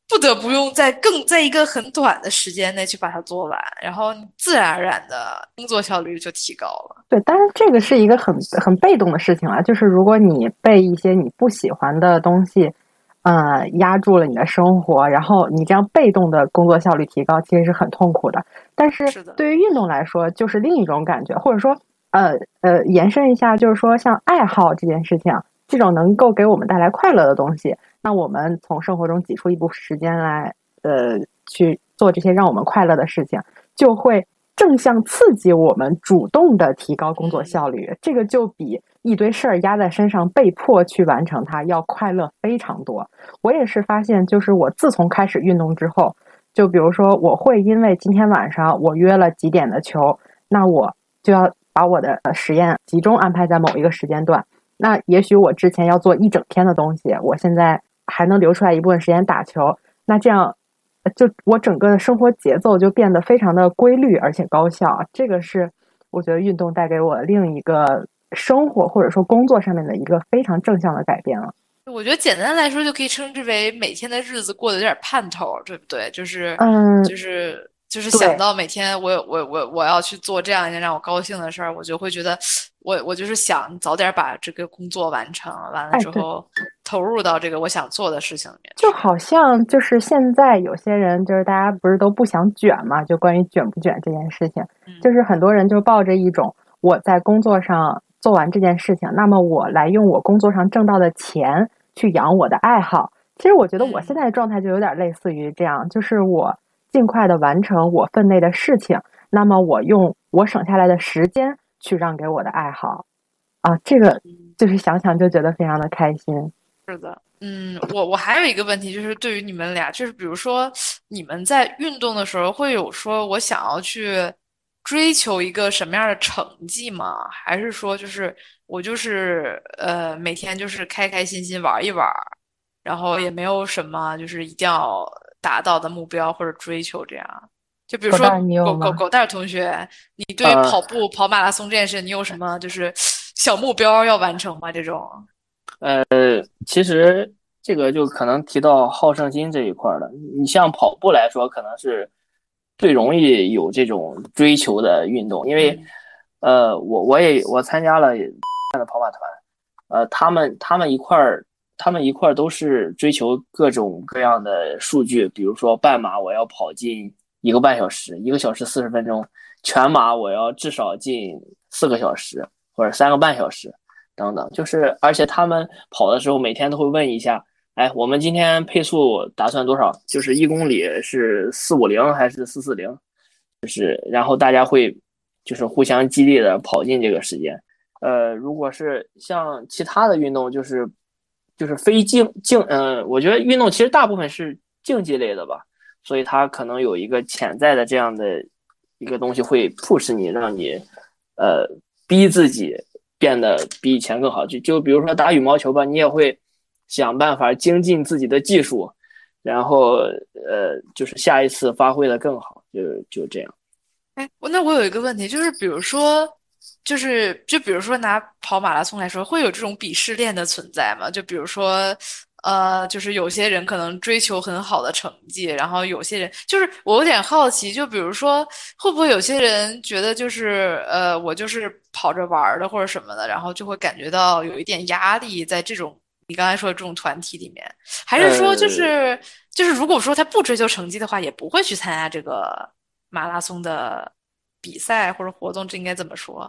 Speaker 3: 不得不用在一个很短的时间内去把它做完，然后你自然而然的工作效率就提高了。
Speaker 2: 对，但是这个是一个很被动的事情啊，就是如果你被一些你不喜欢的东西，压住了你的生活，然后你这样被动的工作效率提高，其实是很痛苦的。但是
Speaker 3: 是的，
Speaker 2: 对于运动来说，就是另一种感觉，或者说，延伸一下，就是说像爱好这件事情，这种能够给我们带来快乐的东西，那我们从生活中挤出一部分时间来，去做这些让我们快乐的事情，就会正向刺激我们主动的提高工作效率。这个就比一堆事儿压在身上被迫去完成它要快乐非常多。我也是发现，就是我自从开始运动之后，就比如说我会因为今天晚上我约了几点的球，那我就要把我的实验集中安排在某一个时间段。那也许我之前要做一整天的东西，我现在还能留出来一部分时间打球，那这样就我整个的生活节奏就变得非常的规律而且高效。这个是我觉得运动带给我另一个生活或者说工作上面的一个非常正向的改变了。
Speaker 3: 我觉得简单来说就可以称之为每天的日子过得有点盼头，对不对？就是想到每天我要去做这样一件让我高兴的事儿，我就会觉得我就是想早点把这个工作完成，完了之后投入到这个我想做的事情里面。
Speaker 2: 就好像就是现在有些人就是大家不是都不想卷嘛，就关于卷不卷这件事情，就是很多人就抱着一种我在工作上做完这件事情，那么我来用我工作上挣到的钱去养我的爱好。其实我觉得我现在的状态就有点类似于这样，就是我尽快的完成我分内的事情，那么我用我省下来的时间去让给我的爱好啊，这个就是想想就觉得非常的开心。
Speaker 3: 是的，我还有一个问题，就是对于你们俩，就是比如说你们在运动的时候，会有说我想要去追求一个什么样的成绩吗？还是说就是我就是每天就是开开心心玩一玩，然后也没有什么就是一定要达到的目标或者追求这样？就比如说狗蛋同学，你对跑马拉松这件事，你有什么就是小目标要完成吗？这种？
Speaker 1: 其实这个就可能提到好胜心这一块了。你像跑步来说，可能是最容易有这种追求的运动，因为我参加了的跑马团，他们一块儿都是追求各种各样的数据，比如说半马我要跑进1个半小时，1个小时40分钟，全马我要至少进4个小时或者3个半小时。等等，就是而且他们跑的时候每天都会问一下，哎，我们今天配速打算多少？就是1公里是450还是440？就是然后大家会就是互相激励的跑进这个时间。如果是像其他的运动，就是非我觉得运动其实大部分是竞技类的吧，所以它可能有一个潜在的这样的一个东西会 push 你，让你逼自己变得比以前更好，就比如说打羽毛球吧，你也会想办法精进自己的技术，然后就是下一次发挥的更好，就这样。
Speaker 3: 哎，那我有一个问题，就是比如说，就比如说拿跑马拉松来说，会有这种鄙视链的存在吗？就比如说，就是有些人可能追求很好的成绩，然后有些人就是我有点好奇，就比如说会不会有些人觉得就是我就是跑着玩的或者什么的，然后就会感觉到有一点压力在这种你刚才说的这种团体里面，还是说就是如果说他不追求成绩的话，也不会去参加这个马拉松的比赛或者活动，这应该怎么说？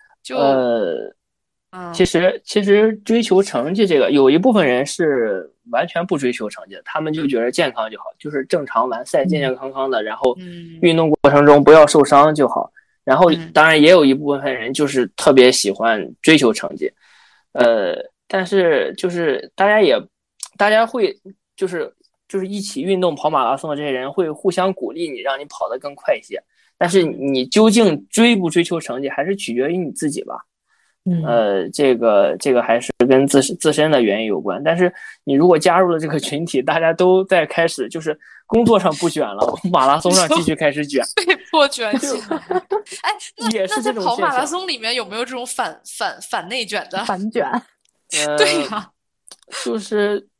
Speaker 1: 其实追求成绩这个，有一部分人是完全不追求成绩的，他们就觉得健康就好，就是正常完赛，健健康康的，然后运动过程中不要受伤就好。然后当然也有一部分人就是特别喜欢追求成绩，但是就是大家会就是一起运动跑马拉松的这些人会互相鼓励你，让你跑得更快一些。但是你究竟追不追求成绩，还是取决于你自己吧。这个还是跟自身的原因有关。但是你如果加入了这个群体，大家都在开始就是工作上不卷了，马拉松上继续开始卷，
Speaker 3: 被迫卷起来。哎，那在跑马拉松里面有没有这种反内卷的
Speaker 2: 反卷？
Speaker 3: 对呀，
Speaker 1: 就是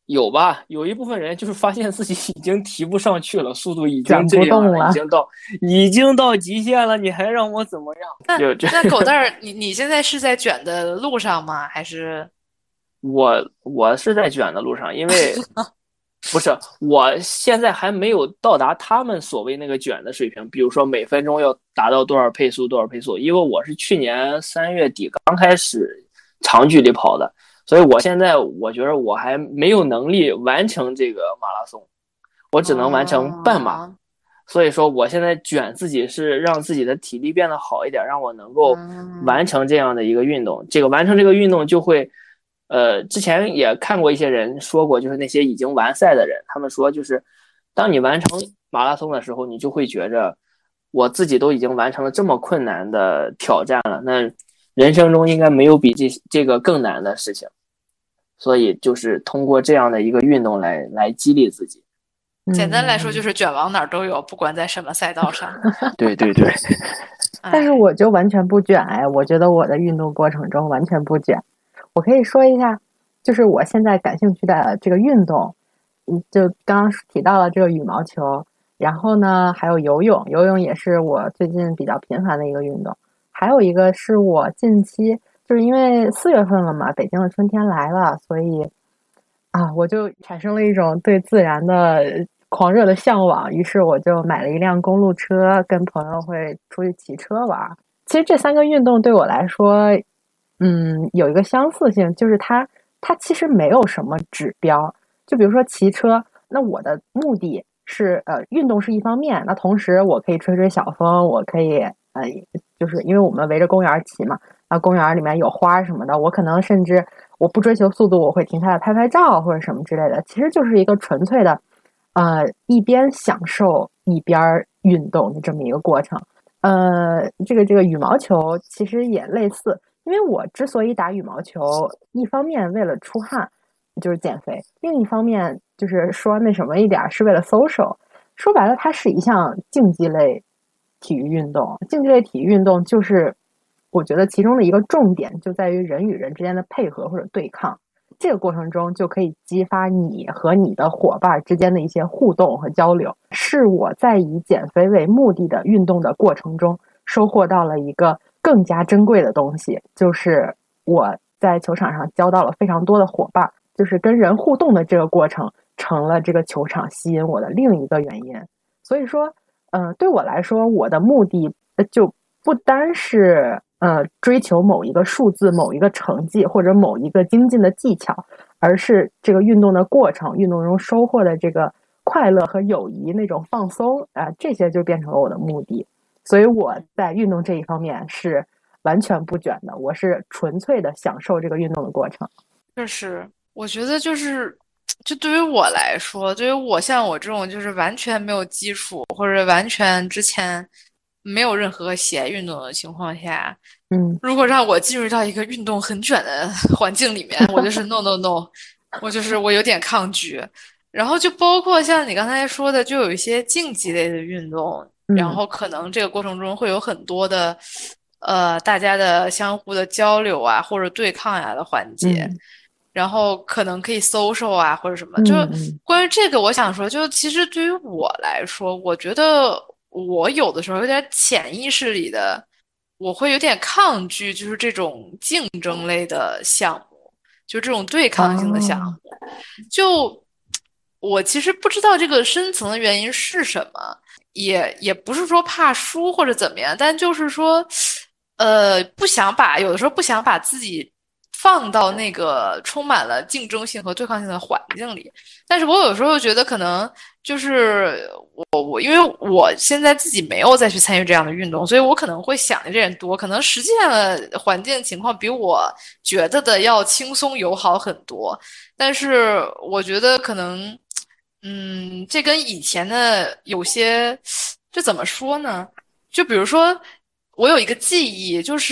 Speaker 1: 有吧？有一部分人就是发现自己已经提不上去了，速度已
Speaker 2: 卷
Speaker 1: 经这样了，
Speaker 2: 不动了。
Speaker 1: 已经到极限了，你还让我怎么样？
Speaker 3: 那狗蛋儿，你现在是在卷的路上吗？还是
Speaker 1: 我是在卷的路上，因为不是我现在还没有到达他们所谓那个卷的水平，比如说每分钟要达到多少配速，多少配速，因为我是去年3月底刚开始长距离跑的，所以我现在我觉得我还没有能力完成这个马拉松，我只能完成半马。所以说，我现在卷自己是让自己的体力变得好一点，让我能够完成这样的一个运动。这个完成这个运动就会，之前也看过一些人说过，就是那些已经完赛的人，他们说就是当你完成马拉松的时候，你就会觉着我自己都已经完成了这么困难的挑战了，那人生中应该没有比这个更难的事情。所以就是通过这样的一个运动来激励自己。
Speaker 3: 简单来说就是卷王哪儿都有，不管在什么赛道上。
Speaker 1: 对对对。
Speaker 2: 但是我就完全不卷哎，我觉得我的运动过程中完全不卷。我可以说一下，就是我现在感兴趣的这个运动，就刚刚提到了这个羽毛球，然后呢还有游泳，游泳也是我最近比较频繁的一个运动。还有一个是我近期就是因为4月份了嘛，北京的春天来了，所以我就产生了一种对自然的狂热的向往，于是我就买了一辆公路车，跟朋友会出去骑车玩。其实这3个运动对我来说，有一个相似性，就是它其实没有什么指标。就比如说骑车，那我的目的是运动是一方面，那同时我可以吹吹小风，我可以就是因为我们围着公园骑嘛，那公园里面有花什么的，我可能甚至我不追求速度，我会停下来拍拍照或者什么之类的，其实就是一个纯粹的一边享受一边运动的这么一个过程。这个羽毛球其实也类似，因为我之所以打羽毛球，一方面为了出汗，就是减肥；另一方面就是说那什么一点是为了 social。说白了，它是一项竞技类体育运动。竞技类体育运动就是我觉得其中的一个重点就在于人与人之间的配合或者对抗。这个过程中就可以激发你和你的伙伴之间的一些互动和交流，是我在以减肥为目的的运动的过程中收获到了一个更加珍贵的东西，就是我在球场上交到了非常多的伙伴，就是跟人互动的这个过程成了这个球场吸引我的另一个原因。所以说对我来说，我的目的就不单是追求某一个数字、某一个成绩或者某一个精进的技巧，而是这个运动的过程，运动中收获的这个快乐和友谊那种放松这些就变成了我的目的。所以我在运动这一方面是完全不卷的，我是纯粹的享受这个运动的过程。
Speaker 3: 就是我觉得就对于我来说，对于我像我这种就是完全没有基础或者完全之前没有任何喜爱运动的情况下，如果让我进入到一个运动很卷的环境里面，我就是 no no no， 我有点抗拒。然后就包括像你刚才说的，就有一些竞技类的运动，然后可能这个过程中会有很多的大家的相互的交流啊，或者对抗呀的环节。然后可能可以 social 啊，或者什么，就是关于这个，我想说，就其实对于我来说，我觉得我有的时候有点潜意识里的，我会有点抗拒，就是这种竞争类的项目，就这种对抗性的项目。就我其实不知道这个深层的原因是什么，也不是说怕输或者怎么样，但就是说，不想有的时候不想把自己放到那个充满了竞争性和对抗性的环境里，但是我有时候觉得可能就是因为我现在自己没有再去参与这样的运动，所以我可能会想的这点多，可能实际上的环境情况比我觉得的要轻松友好很多，但是我觉得可能，这跟以前的有些，这怎么说呢？就比如说，我有一个记忆，就是。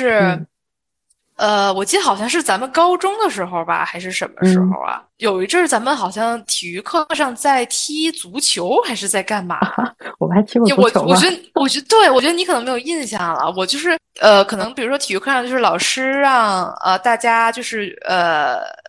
Speaker 3: 我记得好像是咱们高中的时候吧，还是什么时候啊？有一阵儿咱们好像体育课上在踢足球，还是在干嘛？
Speaker 2: 我们还踢过足球
Speaker 3: 我觉得，对，我觉得你可能没有印象了。我就是可能比如说体育课上就是老师让大家就是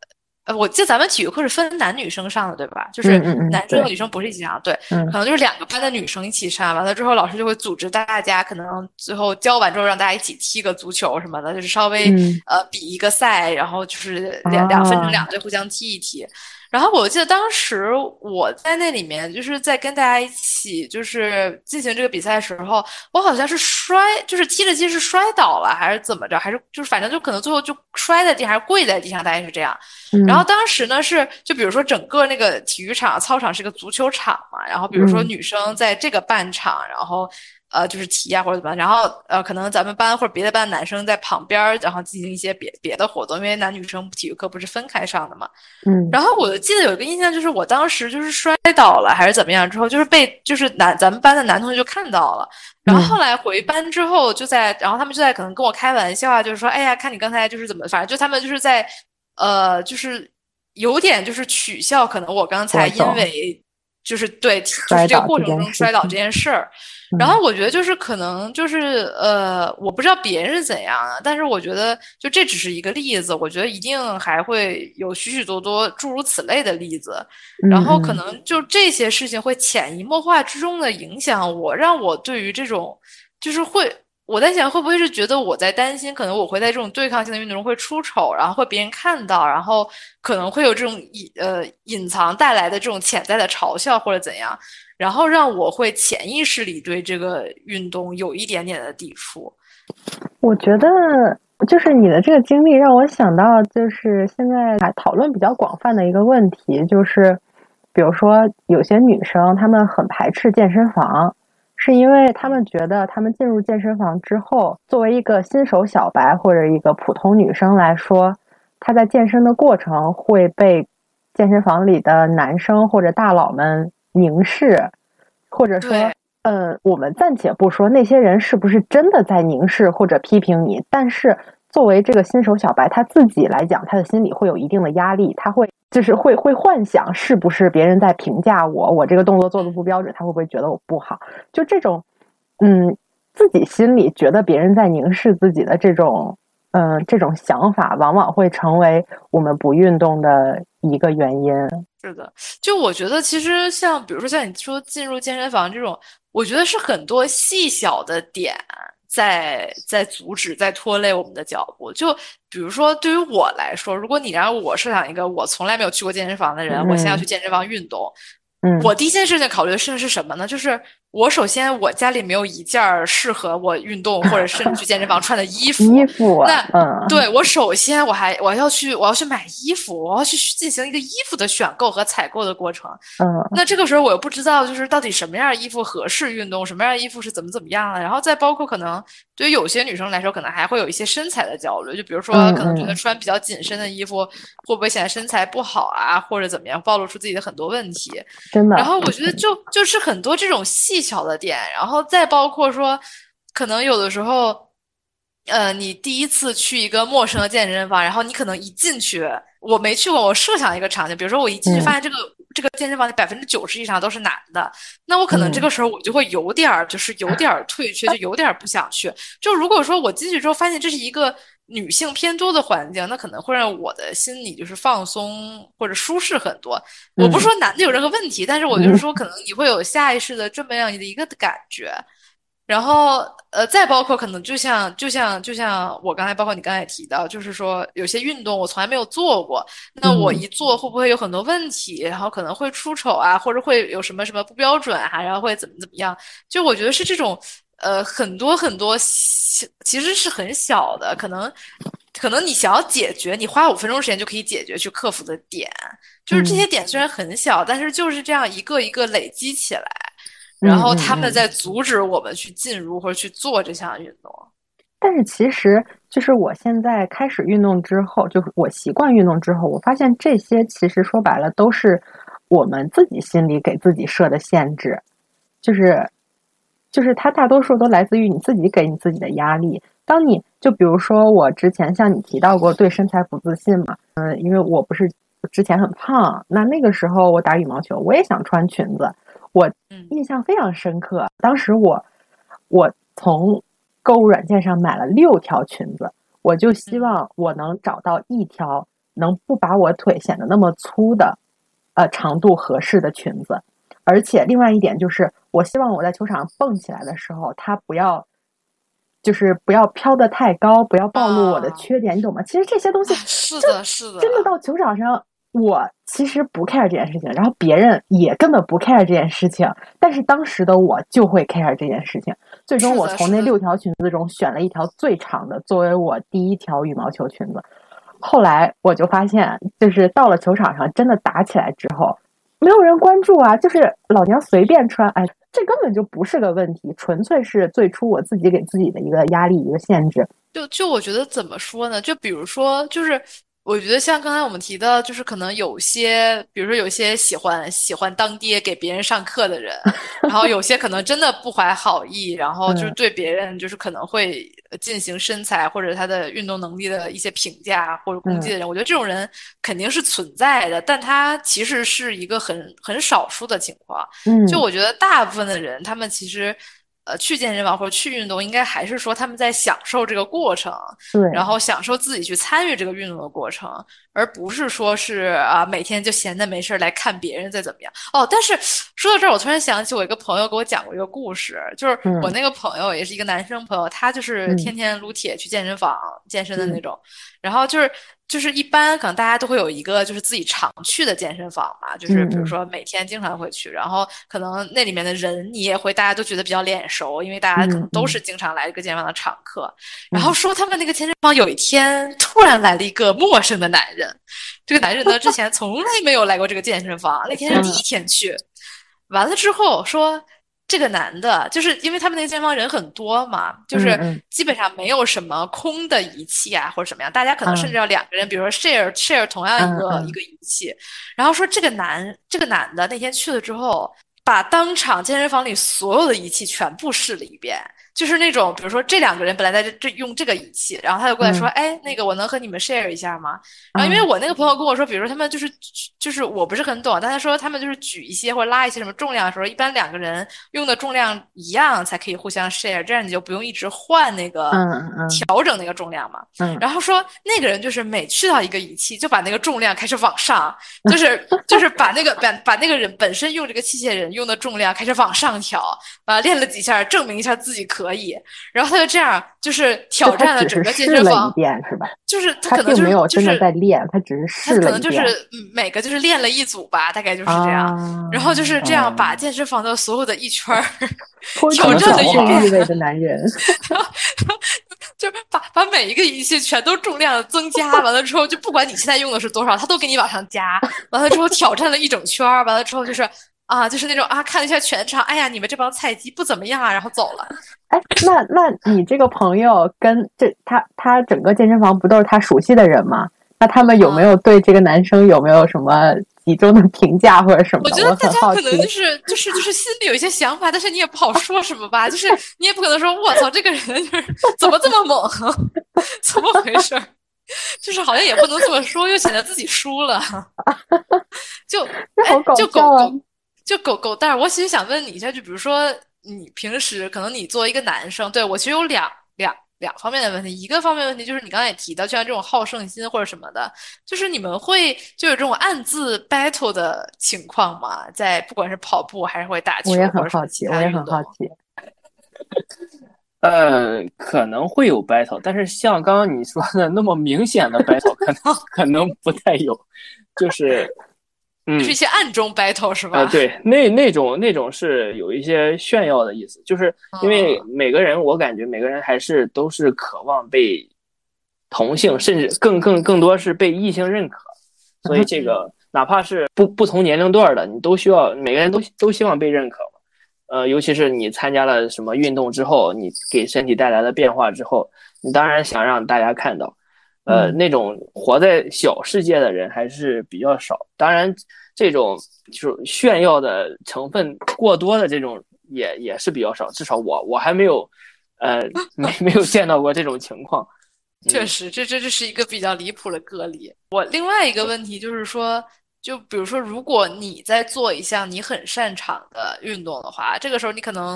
Speaker 3: 我记得咱们体育课是分男女生上的，对吧？就是男生和女生不是一起上，对，可能就是2个班的女生一起上，完了之后老师就会组织大家，可能最后教完之后让大家一起踢个足球什么的，就是稍微比一个赛，然后就是两分成2队互相踢一踢。然后我记得当时我在那里面就是在跟大家一起就是进行这个比赛的时候，我好像是就是踢着踢是摔倒了还是怎么着，还是就是反正就可能最后就摔在地上还是跪在地上，大概是这样。然后当时呢就比如说整个那个体育场操场是个足球场嘛，然后比如说女生在这个半场，然后就是踢啊或者怎么样，然后可能咱们班或者别的班男生在旁边，然后进行一些别的活动，因为男女生体育课不是分开上的嘛。然后我记得有一个印象就是我当时就是摔倒了还是怎么样之后，就是被就是咱们班的男同学就看到了，然后后来回班之后然后他们就在可能跟我开玩笑啊，就是说哎呀看你刚才就是怎么，反正就他们就是在就是有点就是取笑可能我刚才因为就是对就是这个过程中摔倒这件事儿。然后我觉得就是可能就是我不知道别人是怎样的，但是我觉得就这只是一个例子，我觉得一定还会有许许多多诸如此类的例子，然后可能就这些事情会潜移默化之中的影响我，让我对于这种就是我在想会不会是觉得我在担心，可能我会在这种对抗性的运动中会出丑，然后会别人看到，然后可能会有这种隐藏带来的这种潜在的嘲笑或者怎样。然后让我会潜意识里对这个运动有一点点的抵触。
Speaker 2: 我觉得就是你的这个经历让我想到，就是现在讨论比较广泛的一个问题，就是比如说有些女生她们很排斥健身房，是因为她们觉得她们进入健身房之后，作为一个新手小白或者一个普通女生来说，她在健身的过程会被健身房里的男生或者大佬们凝视，或者说我们暂且不说那些人是不是真的在凝视或者批评你，但是作为这个新手小白他自己来讲，他的心里会有一定的压力，他会就是会幻想是不是别人在评价我这个动作做的不标准，他会不会觉得我不好，就这种自己心里觉得别人在凝视自己的这种想法，往往会成为我们不运动的一个原因。
Speaker 3: 是的，就我觉得其实比如说像你说进入健身房这种，我觉得是很多细小的点在阻止、在拖累我们的脚步。就比如说对于我来说，如果你让我设想一个我从来没有去过健身房的人，我现在要去健身房运动，我第一件事情考虑的是什么呢？就是我首先我家里没有一件适合我运动或者甚至去健身房穿的衣服。对，我首先我要去买衣服，我要去进行一个衣服的选购和采购的过程。那这个时候我又不知道就是到底什么样的衣服合适运动，什么样的衣服是怎么样的，然后再包括可能对于有些女生来说，可能还会有一些身材的焦虑，就比如说可能觉得穿比较紧身的衣服会不会显得身材不好啊，或者怎么样，暴露出自己的很多问题。
Speaker 2: 真的。
Speaker 3: 然后我觉得就是很多这种细小的点，然后再包括说，可能有的时候，你第一次去一个陌生的健身房，然后你可能一进去，我没去过，我设想一个场景，比如说我一进去发现这个健身房里90%以上都是男的，那我可能这个时候我就会有点退却，就有点不想去。就如果说我进去之后发现这是一个女性偏多的环境，那可能会让我的心里就是放松或者舒适很多。我不是说男的有任何问题，但是我就是说可能你会有下意识的这么样的一个感觉。然后再包括可能就像我刚才，包括你刚才也提到，就是说有些运动我从来没有做过，那我一做会不会有很多问题，然后可能会出丑啊，或者会有什么不标准啊，然后会怎么样？就我觉得是这种很多很多其实是很小的，可能你想要解决，你花5分钟时间就可以解决去克服的点，就是这些点虽然很小，但是就是这样一个一个累积起来。然后他们在阻止我们去进入或者去做这项运动。
Speaker 2: 但是其实就是我现在开始运动之后，就是我习惯运动之后，我发现这些其实说白了都是我们自己心里给自己设的限制，就是它大多数都来自于你自己给你自己的压力。当你就比如说我之前像你提到过对身材不自信嘛，因为我不是之前很胖，那个时候我打羽毛球我也想穿裙子，我印象非常深刻，当时我从购物软件上买了6条裙子，我就希望我能找到一条能不把我腿显得那么粗的长度合适的裙子。而且另外一点就是，我希望我在球场上蹦起来的时候，它不要飘得太高，不要暴露我的缺点，你懂吗？其实这些东西
Speaker 3: 是的，是的，
Speaker 2: 真的到球场上，我其实不 care 这件事情，然后别人也根本不 care 这件事情，但是当时的我就会 care 这件事情。最终我从那6条裙子中选了一条最长的，作为我第一条羽毛球裙子。后来我就发现，就是到了球场上真的打起来之后，没有人关注啊，就是老娘随便穿，哎，这根本就不是个问题，纯粹是最初我自己给自己的一个压力，一个限制。
Speaker 3: 就我觉得怎么说呢？就比如说，就是我觉得像刚才我们提到，就是可能有些，比如说有些喜欢当爹给别人上课的人，然后有些可能真的不怀好意，然后就是对别人就是可能会进行身材或者他的运动能力的一些评价或者攻击的人，我觉得这种人肯定是存在的，但他其实是一个很少数的情况。就我觉得大部分的人，他们其实。去健身房或者去运动，应该还是说他们在享受这个过程，
Speaker 2: 对，
Speaker 3: 然后享受自己去参与这个运动的过程，而不是说是每天就闲的没事来看别人在怎么样。哦，但是说到这儿，我突然想起我一个朋友给我讲过一个故事，就是我那个朋友也是一个男生朋友，他就是天天撸铁去健身房健身的那种，然后就是一般可能大家都会有一个就是自己常去的健身房嘛，就是比如说每天经常会去，然后可能那里面的人你也会大家都觉得比较脸熟，因为大家可能都是经常来一个健身房的常客。然后说他们那个健身房有一天突然来了一个陌生的男人，这个男人呢之前从来没有来过这个健身房，那天是第一天去，完了之后说。这个男的，就是因为他们那个健身房人很多嘛，就是基本上没有什么空的仪器啊或者什么样，大家可能甚至要2个人，比如说 share 同样一个仪器。然后说这个男的那天去了之后，把当场健身房里所有的仪器全部试了一遍。就是那种，比如说这2个人本来在这用这个仪器，然后他就过来说，哎，那个我能和你们 share 一下吗？然后因为我那个朋友跟我说，比如说他们就是我不是很懂，但他说他们就是举一些或者拉一些什么重量的时候，一般2个人用的重量一样才可以互相 share， 这样你就不用一直换那个调整那个重量嘛。然后说那个人就是每去到一个仪器，就把那个重量开始往上，就是把那个人本身用这个器械人用的重量开始往上调，练了几下，证明一下自己可以，然后他就这样就是挑战了整个健身房
Speaker 2: 一遍，是吧？
Speaker 3: 就是他可能就是
Speaker 2: 没有真的在练，他只是试了一遍，
Speaker 3: 他可能就是每个就是练了一组吧，大概就是这样，然后就是这样把健身房的所有的一圈挑战了一遍。
Speaker 2: 意味的男人，
Speaker 3: 就把每一个仪器全都重量增加，完了之后就不管你现在用的是多少，他都给你往上加，完了之后挑战了一整圈，完了之后就是就是那种看了一下全场，哎呀，你们这帮菜鸡不怎么样啊，然后走了。
Speaker 2: 哎，那你这个朋友跟他整个健身房不都是他熟悉的人吗？那他们有没有对这个男生有没有什么集中的评价或者什么的？
Speaker 3: 我觉得大家可能就是心里有一些想法，但是你也不好说什么吧，就是你也不可能说我操这个人就是怎么这么猛，怎么回事？就是好像也不能这么说，又显得自己输了。就狗蛋儿，我其实想问你一下，就比如说你平时可能你作为一个男生，对我其实有两方面的问题，一个方面问题就是你刚才也提到，就像这种好胜心或者什么的，就是你们会就有这种暗自 battle 的情况吗？在不管是跑步还是会打球，
Speaker 2: 我也很好奇，
Speaker 1: 可能会有 battle， 但是像刚刚你说的那么明显的 battle， 可能不太有，就是
Speaker 3: 是一些暗中 battle 是吧？
Speaker 1: 对，那种是有一些炫耀的意思，就是因为每个人，我感觉每个人都是渴望被同性，甚至更多是被异性认可，所以这个哪怕是不同年龄段的，你都需要，每个人都希望被认可嘛。尤其是你参加了什么运动之后，你给身体带来的变化之后，你当然想让大家看到。那种活在小世界的人还是比较少，当然这种就是炫耀的成分过多的这种也是比较少，至少我还没有没有见到过这种情况。
Speaker 3: 确实，这是一个比较离谱的个例。我另外一个问题就是说，就比如说，如果你在做一项你很擅长的运动的话，这个时候你可能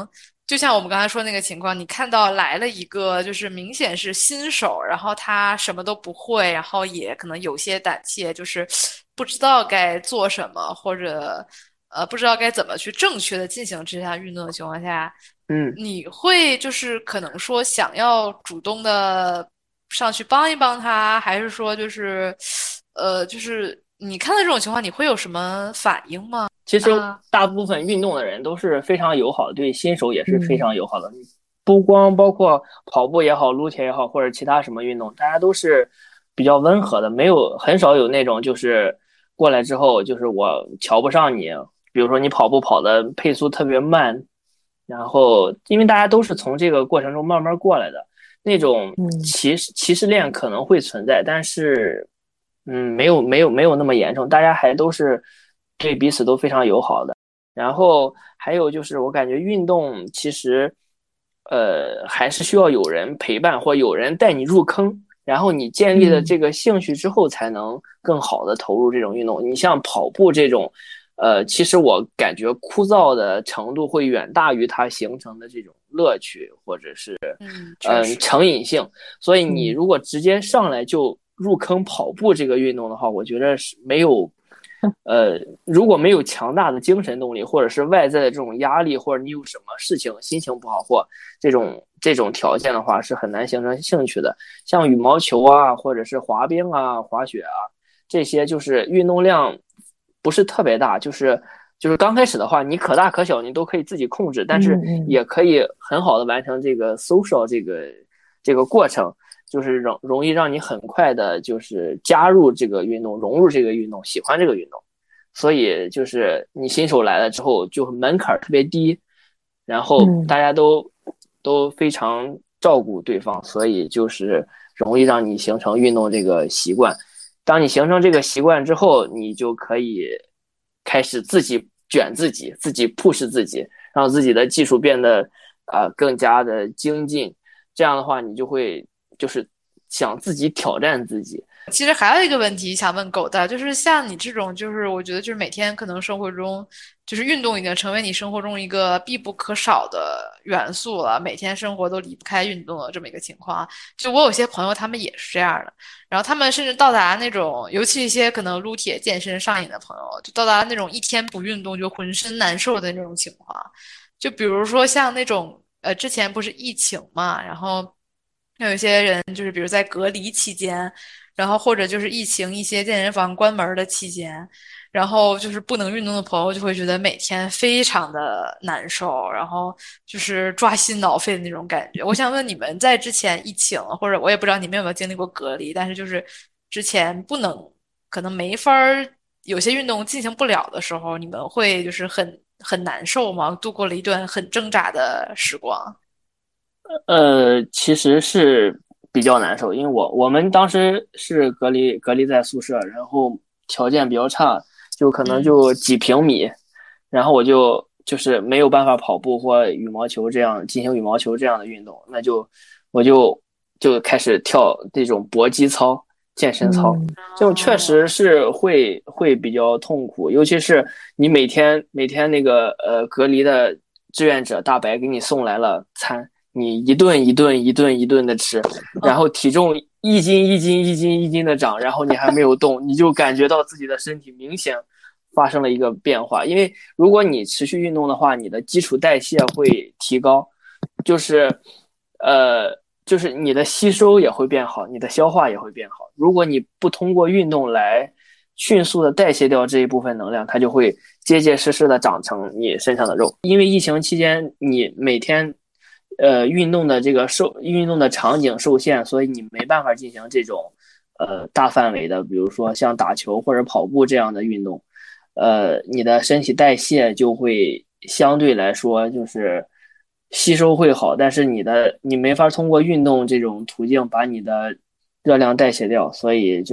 Speaker 3: 就像我们刚才说那个情况，你看到来了一个就是明显是新手，然后他什么都不会，然后也可能有些胆怯，就是不知道该做什么，或者不知道该怎么去正确的进行这项运动的情况下，
Speaker 1: 嗯。
Speaker 3: 你会就是可能说想要主动的上去帮一帮他，还是说就是你看到这种情况，你会有什么反应吗？
Speaker 1: 其实
Speaker 3: 啊，
Speaker 1: 大部分运动的人都是非常友好的，对新手也是非
Speaker 2: 嗯
Speaker 1: 常友好的。不光包括跑步也好、撸铁也好，或者其他什么运动，大家都是比较温和的，没有很少有那种就是过来之后就是我瞧不上你，比如说你跑步跑的配速特别慢，然后因为大家都是从这个过程中慢慢过来的，那种
Speaker 2: 嗯
Speaker 1: 歧视链可能会存在，但是没有那么严重，大家还都是对彼此都非常友好的。然后还有就是我感觉运动其实还是需要有人陪伴或有人带你入坑，然后你建立了
Speaker 2: 嗯
Speaker 1: 这个兴趣之后，才能更好的投入这种运动。你像跑步这种，其实我感觉枯燥的程度会远大于它形成的这种乐趣或者是
Speaker 3: 嗯，确实。
Speaker 1: 成瘾性。所以你
Speaker 2: 嗯
Speaker 1: 如果直接上来就入坑跑步这个运动的话，我觉得是没有。如果没有强大的精神动力，或者是外在的这种压力，或者你有什么事情心情不好，或这种条件的话，是很难形成兴趣的。像羽毛球啊，或者是滑冰啊、滑雪啊，这些就是运动量不是特别大，就是刚开始的话，你可大可小，你都可以自己控制，但是
Speaker 2: 嗯嗯
Speaker 1: 也可以很好的完成这个 social 这个过程。就是容易让你很快的，就是加入这个运动，融入这个运动，喜欢这个运动。所以就是你新手来了之后，就门槛特别低，然后
Speaker 2: 嗯
Speaker 1: 大家都非常照顾对方，所以就是容易让你形成运动这个习惯。当你形成这个习惯之后，你就可以开始自己卷自己，自己 push 自己，让自己的技术变得更加的精进。这样的话，你就会就是想自己挑战自己。
Speaker 3: 其实还有一个问题想问狗蛋，就是像你这种，就是我觉得就是每天可能生活中，就是运动已经成为你生活中一个必不可少的元素了，每天生活都离不开运动的这么一个情况啊。就我有些朋友他们也是这样的，然后他们甚至到达那种，尤其一些可能撸铁健身上瘾的朋友，就到达那种一天不运动就浑身难受的那种情况。就比如说像那种之前不是疫情嘛，然后有一些人就是比如在隔离期间。然后或者就是疫情一些健身房关门的期间，然后就是不能运动的朋友就会觉得每天非常的难受，然后就是抓心挠肺的那种感觉。我想问你们，在之前疫情，或者我也不知道你们有没有经历过隔离，但是就是之前不能，可能没法儿有些运动进行不了的时候，你们会就是很难受吗？度过了一段很挣扎的时光。
Speaker 1: 其实是比较难受，因为我们当时是隔离在宿舍，然后条件比较差，就可能
Speaker 3: 嗯。
Speaker 1: 就几平米，然后我就是没有办法跑步或羽毛球这样进行羽毛球这样的运动，那我就开始跳这种搏击操、健身操，
Speaker 2: 嗯
Speaker 1: 就确实是会比较痛苦，尤其是你每天那个隔离的志愿者大白给你送来了餐。你一顿一顿一顿一顿的吃，然后体重一斤一斤一斤一斤的长，然后你还没有动，你就感觉到自己的身体明显发生了一个变化。因为如果你持续运动的话，你的基础代谢会提高，就是就是你的吸收也会变好，你的消化也会变好。如果你不通过运动来迅速的代谢掉这一部分能量，它就会结结实实的长成你身上的肉。因为疫情期间，你每天运动的运动的场景受限，所以你没办法进行这种大范围的，比如说像打球或者跑步这样的运动，你的身体代谢就会相对来说就是吸收会好，但是你没法通过运动这种途径把你的热量代谢掉，所以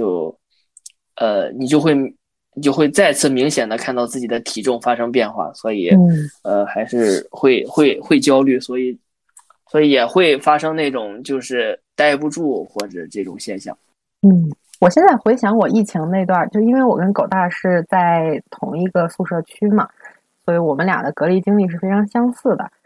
Speaker 1: 你就会再次明显的看到自己的体重发生变化，所以
Speaker 2: 嗯
Speaker 1: 还是会焦虑，所以也会发生那种就是待不住或者这种现象。
Speaker 2: 嗯，我现在回想我疫情那段，就因为我跟狗大是在同一个宿舍区嘛，所以我们俩的隔离经历是非常相似的。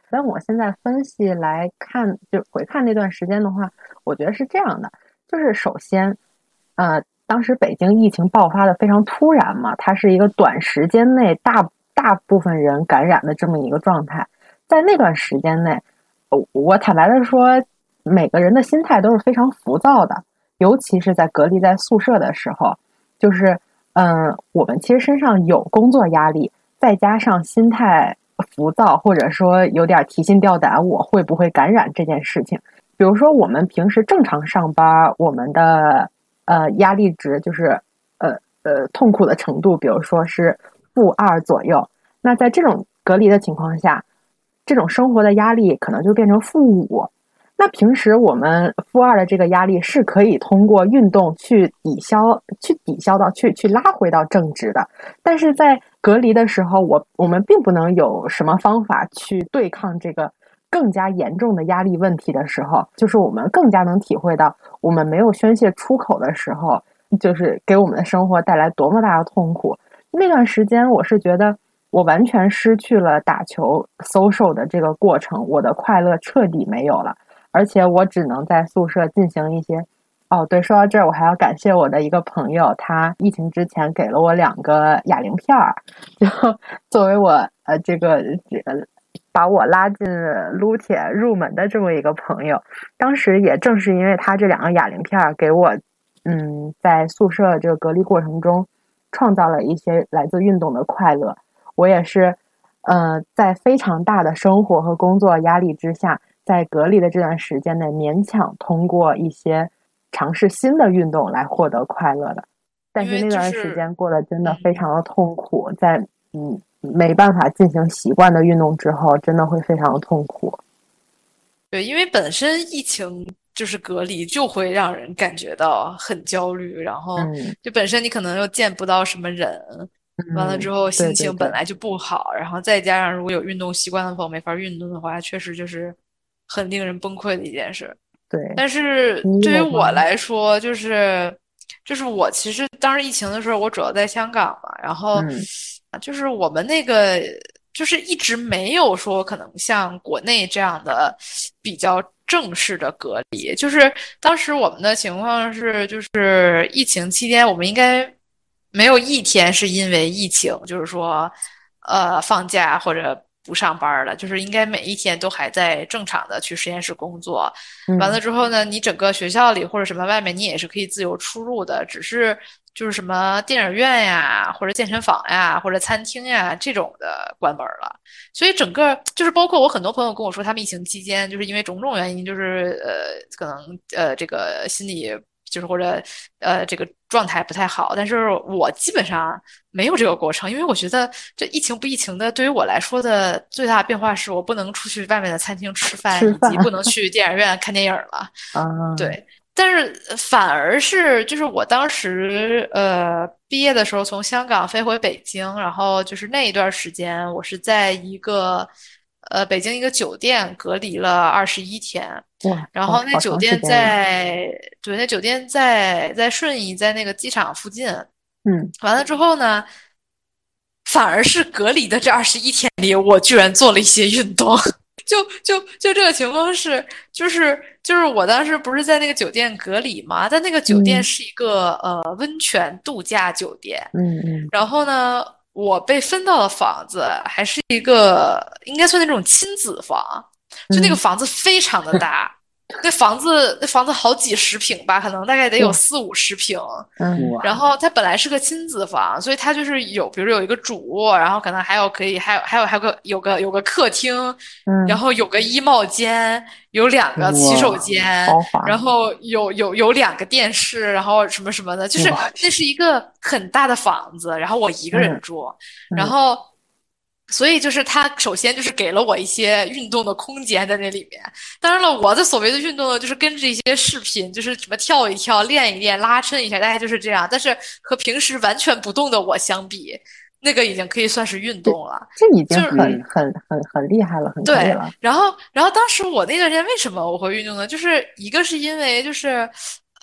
Speaker 2: 但我现在分析来看，就回看那段时间的话，我觉得是这样的，就是首先，当时北京疫情爆发的非常突然嘛，它是一个短时间内大部分人感染的这么一个状态，在那段时间内，我坦白的说，每个人的心态都是非常浮躁的，尤其是在隔离在宿舍的时候，就是我们其实身上有工作压力，再加上心态浮躁，或者说有点提心吊胆，我会不会感染这件事情。比如说我们平时正常上班，我们的压力值就是痛苦的程度，比如说是-2左右。那在这种隔离的情况下，这种生活的压力可能就变成-5。那平时我们-2的这个压力是可以通过运动去抵消到去拉回到正值的，但是在隔离的时候，我们并不能有什么方法去对抗这个更加严重的压力问题的时候，就是我们更加能体会到我们没有宣泄出口的时候，就是给我们的生活带来多么大的痛苦。那段时间我是觉得我完全失去了打球 social 的这个过程，我的快乐彻底没有了，而且我只能在宿舍进行一些对，说到这儿，我还要感谢我的一个朋友，他疫情之前给了我2个哑铃片儿，就作为我把我拉进撸铁入门的这么一个朋友。当时也正是因为他这2个哑铃片儿给我在宿舍这个隔离过程中创造了一些来自运动的快乐。我也是在非常大的生活和工作压力之下，在隔离的这段时间内勉强通过一些尝试新的运动来获得快乐的。但是那段时间过得真的非常的痛苦，在没办法进行习惯的运动之后，真的会非常的痛苦。
Speaker 3: 对，因为本身疫情就是隔离，就会让人感觉到很焦虑，然后就本身你可能又见不到什么人，完了之后心情本来就不好，然后再加上如果有运动习惯的朋友没法运动的话，确实就是很令人崩溃的一件事。
Speaker 2: 对，
Speaker 3: 但是对于我来说，就是我其实当时疫情的时候，我主要在香港嘛，然后就是我们那个就是一直没有说可能像国内这样的比较正式的隔离，就是当时我们的情况是，就是疫情期间我们应该没有一天是因为疫情，就是说放假或者不上班了，就是应该每一天都还在正常的去实验室工作。完了之后呢，你整个学校里或者什么外面你也是可以自由出入的，只是就是什么电影院呀，或者健身房呀，或者餐厅呀这种的关门了。所以整个就是包括我很多朋友跟我说，他们疫情期间就是因为种种原因，就是可能这个心理就是或者这个状态不太好，但是我基本上没有这个过程，因为我觉得这疫情不疫情的，对于我来说的最大的变化是我不能出去外面的餐厅吃饭，以及不能去电影院看电影了。对。但是反而是就是我当时毕业的时候从香港飞回北京，然后就是那一段时间我是在一个北京一个酒店隔离了21天，然后那酒店那酒店在顺义，在那个机场附近。完了之后呢，反而是隔离的这21天里，我居然做了一些运动。就这个情况是，就是我当时不是在那个酒店隔离嘛，但那个酒店是一个温泉度假酒店，然后呢，我被分到的房子还是一个应该算那种亲子房，就那个房子非常的大。那房子好几十平吧，可能大概得有40-50平。然后它本来是个亲子房，所以它就是比如有一个主卧，然后可能还有有个客厅，然后有个衣帽间，有2个洗手间，然后有2个电视，然后什么什么的，就是那是一个很大的房子，然后我一个人住，然后。所以就是他首先就是给了我一些运动的空间在那里面，当然了，我的所谓的运动呢，就是跟着一些视频，就是什么跳一跳、练一练、拉伸一下，大概就是这样。但是和平时完全不动的我相比，那个已经可以算是运动了，
Speaker 2: 这已经很厉害了，很可以了。
Speaker 3: 对，然后当时我那段时间为什么我会运动呢？就是一个是因为就是。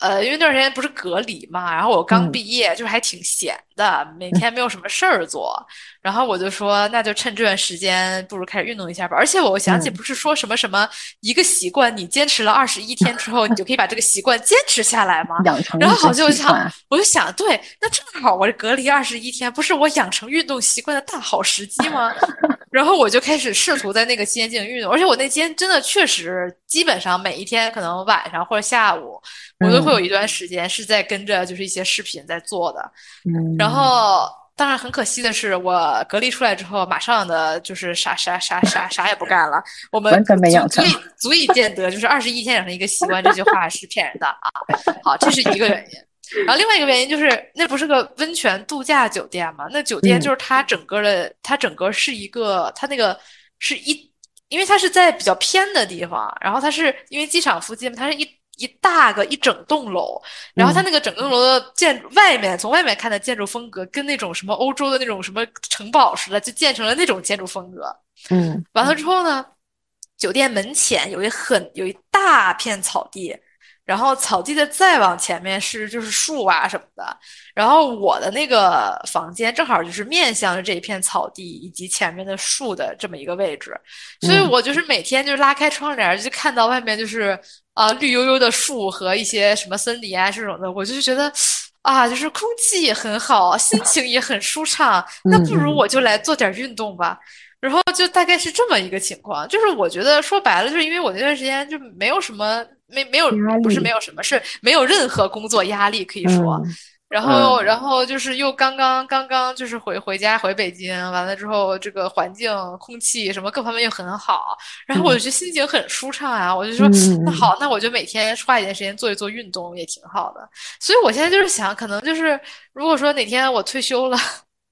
Speaker 3: 因为那段时间不是隔离嘛，然后我刚毕业，就是还挺闲的，每天没有什么事儿做，然后我就说，那就趁这段时间，不如开始运动一下吧。而且我想起，不是说什么什么一个习惯，你坚持了21天之后，你就可以把这个习惯坚持下来吗？
Speaker 2: 养成
Speaker 3: 然后好
Speaker 2: 一个习惯。
Speaker 3: 我就想，对，那正好我隔离21天，不是我养成运动习惯的大好时机吗？然后我就开始试图在那个期间进行运动，而且我那期间真的确实基本上每一天可能晚上或者下午，我都会有一段时间是在跟着就是一些视频在做的。然后当然很可惜的是，我隔离出来之后，马上的就是啥也不干了。我们
Speaker 2: 完全没养成，
Speaker 3: 足以见得，就是21天养成一个习惯这句话是骗人的啊。好，这是一个原因。然后另外一个原因就是，那不是个温泉度假酒店嘛？那酒店就是它整个是一个，它那个是因为它是在比较偏的地方，然后它是因为机场附近，它是一整栋楼，然后它那个整栋楼的从外面看的建筑风格，跟那种什么欧洲的那种什么城堡似的，就建成了那种建筑风格。完了之后呢，酒店门前有一大片草地。然后草地的再往前面就是树啊什么的，然后我的那个房间正好就是面向着这一片草地以及前面的树的这么一个位置，所以我就是每天就拉开窗帘就看到外面就是绿油油的树和一些什么森林啊这种的，我就是觉得就是空气也很好，心情也很舒畅，那不如我就来做点运动吧。然后就大概是这么一个情况，就是我觉得说白了，就是因为我那段时间就没有什么没有不是没有什么，是没有任何工作压力可以说。然后就是又刚刚就是回家回北京，完了之后这个环境空气什么各方面又很好，然后我就觉得心情很舒畅啊，我就说那好，那我就每天花一点时间做一做运动也挺好的。所以我现在就是想，可能就是如果说哪天我退休了。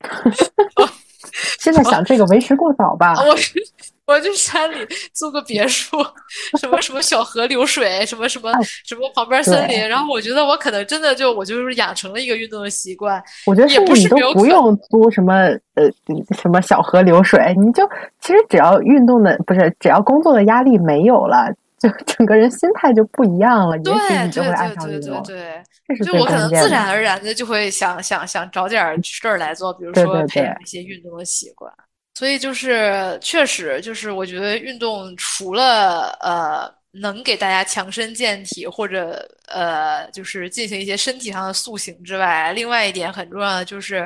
Speaker 2: 现在想这个为时过早吧。
Speaker 3: 我去山里租个别墅，什么什么小河流水，什么旁边森林，然后我觉得我可能真的我就是养成了一个运动的习惯。
Speaker 2: 我觉得甚至你都不用租什么什么小河流水，你就其实只要只要工作的压力没有了，就整个人心态就不一样了，也许你就会爱上运动。
Speaker 3: 就我可能自然而然的就会想找点事儿来做，比如说培养一些运动的习惯。所以就是确实就是我觉得运动除了能给大家强身健体或者就是进行一些身体上的塑形之外，另外一点很重要的就是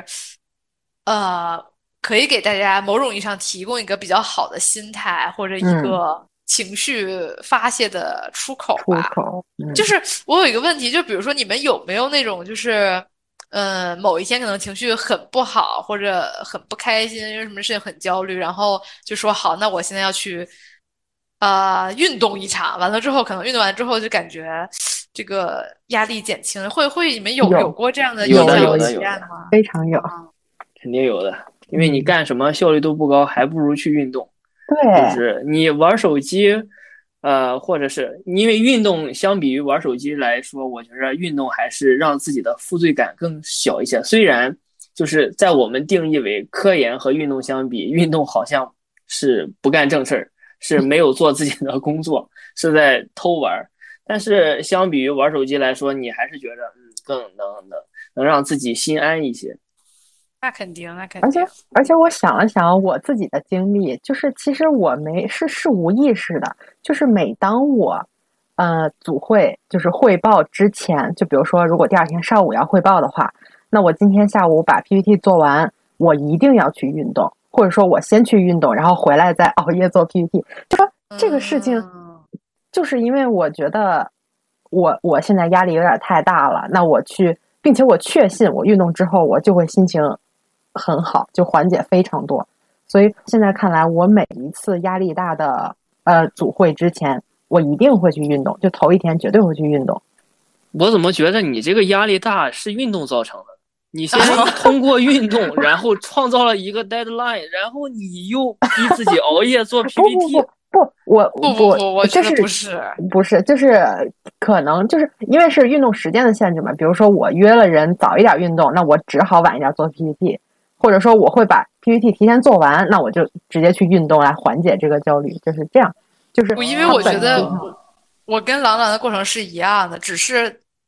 Speaker 3: 可以给大家某种意义上提供一个比较好的心态或者一个情绪发泄的出口吧。就是我有一个问题，就比如说你们有没有那种就是某一天可能情绪很不好或者很不开心，因为什么事情很焦虑，然后就说好，那我现在要去运动一场，完了之后可能运动完之后就感觉这个压力减轻了，会你们有过这样的
Speaker 1: 有的
Speaker 3: 吗？
Speaker 2: 非常有，
Speaker 1: 肯定有的，因为你干什么效率都不高，还不如去运动。
Speaker 2: 对，
Speaker 1: 就是你玩手机。或者是因为运动相比于玩手机来说，我觉得运动还是让自己的负罪感更小一些。虽然就是在我们定义为科研和运动相比，运动好像是不干正事儿，是没有做自己的工作，是在偷玩。但是相比于玩手机来说，你还是觉得更能让自己心安一些。
Speaker 3: 那肯定。
Speaker 2: 而且我想了想我自己的经历，就是其实我是无意识的，就是每当我组会就是汇报之前，就比如说如果第二天上午要汇报的话，那我今天下午把 PPT 做完，我一定要去运动，或者说我先去运动，然后回来再熬夜做 PPT。就说这个事情，就是因为我觉得我现在压力有点太大了，那我去，并且我确信我运动之后我就会心情很好，就缓解非常多。所以现在看来，我每一次压力大的组会之前，我一定会去运动，就头一天绝对会去运动。
Speaker 1: 我怎么觉得你这个压力大是运动造成的？你先通过运动，然后创造了一个 deadline， 然后你又逼自己熬夜做 PPT。
Speaker 3: 我觉得
Speaker 2: 不是，就是可能就是因为是运动时间的限制嘛。比如说我约了人早一点运动，那我只好晚一点做 PPT， 或者说我会把 PPT 提前做完，那我就直接去运动来缓解这个焦虑，就是这样。就是
Speaker 3: 因为我觉得我跟朗朗的过程是一样的，只是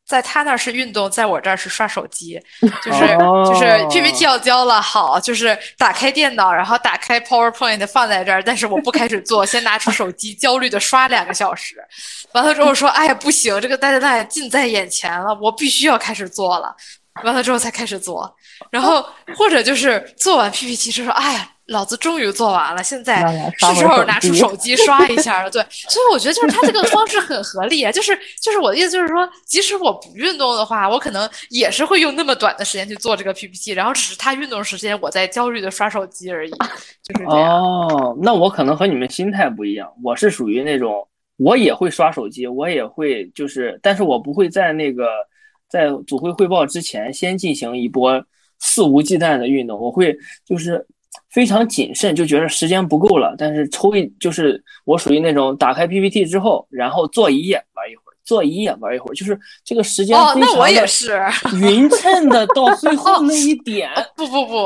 Speaker 3: 在他那儿是运动，在我这儿是刷手机，就是 PPT 要交了，好，就是打开电脑，然后打开 PowerPoint 放在这儿，但是我不开始做，先拿出手机焦虑的刷2个小时，完了之后说，哎呀不行，这个deadline近在眼前了，我必须要开始做了，完了之后才开始做，然后或者就是做完 PPT 就说，哎呀。老子终于做完了，现在是时候拿出手机刷一下了。对，所以我觉得就是他这个方式很合理啊，就是我的意思就是说，即使我不运动的话，我可能也是会用那么短的时间去做这个 PPT， 然后只是他运动时间我在焦虑的刷手机而已，就是这样。
Speaker 1: 哦，那我可能和你们心态不一样，我是属于那种我也会刷手机，我也会就是，但是我不会在组会汇报之前先进行一波肆无忌惮的运动，我会就是非常谨慎，就觉得时间不够了，但是就是我属于那种打开 PPT 之后，然后坐一页玩一会儿，坐一页玩一会儿，就是这个时间非
Speaker 3: 那我
Speaker 1: 常的
Speaker 3: 也是
Speaker 1: 匀称的到最后那一点。
Speaker 3: 不。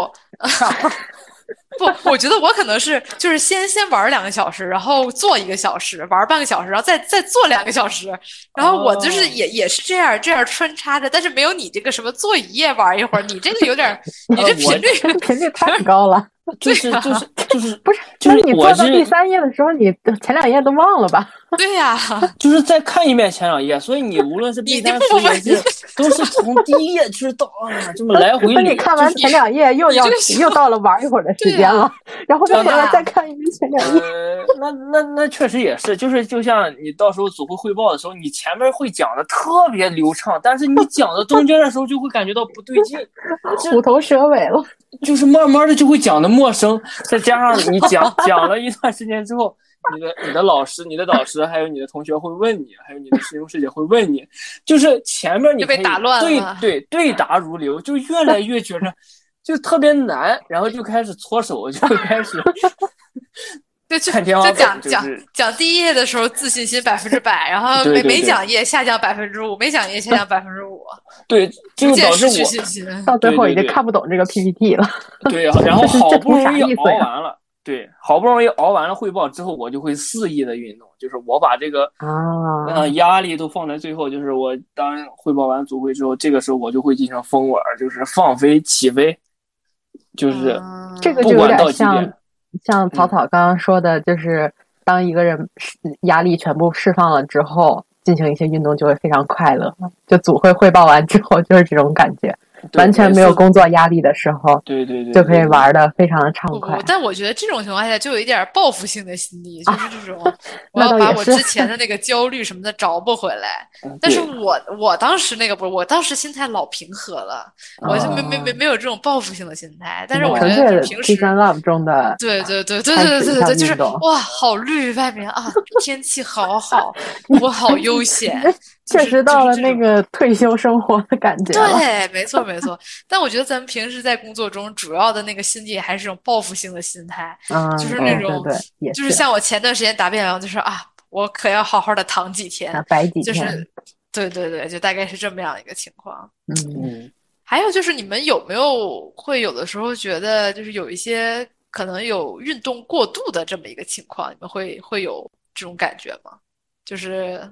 Speaker 3: 不，我觉得我可能是就是先玩2个小时，然后做1个小时，玩半个小时，然后再做2个小时，然后我就是也是这样穿插着，但是没有你这个什么做一页玩一会儿，你这个有点，你这
Speaker 2: 频率太高了。
Speaker 1: 就是不是，
Speaker 2: 就是你做到第3页的时候，你前2页都忘了吧？
Speaker 3: 对呀，
Speaker 1: 就是再看一遍前2页，所以你无论是背单词也是，都是从第1页就是到这么来回捋。
Speaker 2: 你看完前2页又到了玩一会儿的时间了，然后再看一遍前2页。
Speaker 1: 那确实也是，就像你到时候组会汇报的时候，你前面会讲的特别流畅，但是你讲到中间的时候就会感觉到不对劲，
Speaker 2: 虎头蛇尾了。
Speaker 1: 就是慢慢的就会讲的陌生，再加上你讲了一段时间之后，你的老师、你的导师还有你的同学会问你，还有你的师兄师姐会问你，就是前面你可以
Speaker 3: 被打乱了，
Speaker 1: 对答如流，就越来越觉着就特别难，然后就开始搓手，就开始
Speaker 3: 就讲第1页的时候自信心100%，然后每讲页下降5%，每讲页下降5%。
Speaker 1: 对，就导致
Speaker 3: 我
Speaker 2: 到最后已经看不懂这个 PPT 了。
Speaker 1: 对，然后好不容易熬完了，对，好不容易熬完了汇报之后，我就会肆意的运动，就是我把这个压力都放在最后，就是我当汇报完组会之后，这个时候我就会进行疯玩，就是放飞起飞，就是
Speaker 2: 这个就有点像草草刚刚说的，就是当一个人压力全部释放了之后，进行一些运动就会非常快乐。就组会汇报完之后就是这种感觉，完全没有工作压力的时候，
Speaker 1: 对，
Speaker 2: 就可以玩的非常的畅快。
Speaker 3: 但我觉得这种情况下就有一点报复性的心理，就是这种我要把我之前的那个焦虑什么的找不回来。但是我当时我当时心态老平和了，我就没有这种报复性的心态。但是我觉得平时
Speaker 2: Love 中的
Speaker 3: 对，就是哇，好绿，外面啊，天气好好，我好悠闲。
Speaker 2: 确实到了那个退休生活的感觉。
Speaker 3: 对，没错。但我觉得咱们平时在工作中主要的那个心理还是这种报复性的心态，就是那种，
Speaker 2: 对，
Speaker 3: 就是像我前段时间答辩完，就是我可要好好的躺几天，
Speaker 2: 白几天，
Speaker 3: 就是对，就大概是这么样一个情况。还有就是你们有没有会有的时候觉得就是有一些可能有运动过度的这么一个情况，你们会有这种感觉吗？就是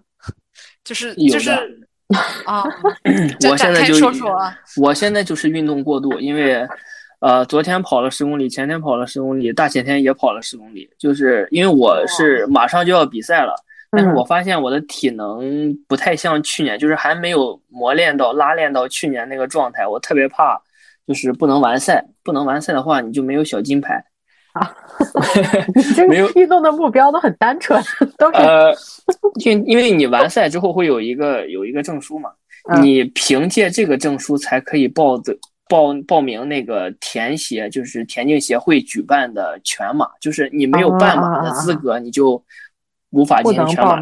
Speaker 1: 我现在就是运动过度，因为昨天跑了10公里，前天跑了10公里，大前天也跑了10公里，就是因为我是马上就要比赛了，但是我发现我的体能不太像去年，就是还没有拉练到去年那个状态，我特别怕就是不能完赛的话你就没有小金牌。
Speaker 2: 没有运动的目标都很单纯，都是
Speaker 1: 因为你完赛之后会有一个证书嘛，你凭借这个证书才可以报名那个田协，就是田径协会举办的全马，就是你没有半马的资格，你就无法进行全马。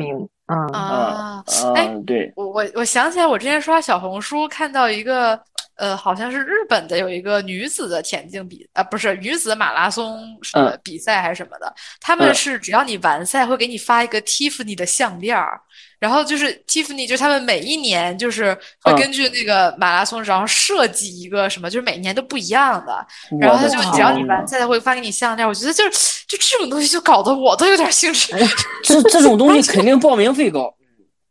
Speaker 1: 对，
Speaker 3: 我想起来，我之前刷小红书看到一个。好像是日本的有一个女子的田径不是女子的马拉松比赛还是什么的，他们是只要你完赛会给你发一个 Tiffany 的项链，然后就是 Tiffany 就是他们每一年就是会根据那个马拉松然后设计一个什么，就是每年都不一样的，然后他就只要你完赛他会发给你项链，我觉得就这种东西就搞得我都有点兴致。
Speaker 1: 这种东西肯定报名费高。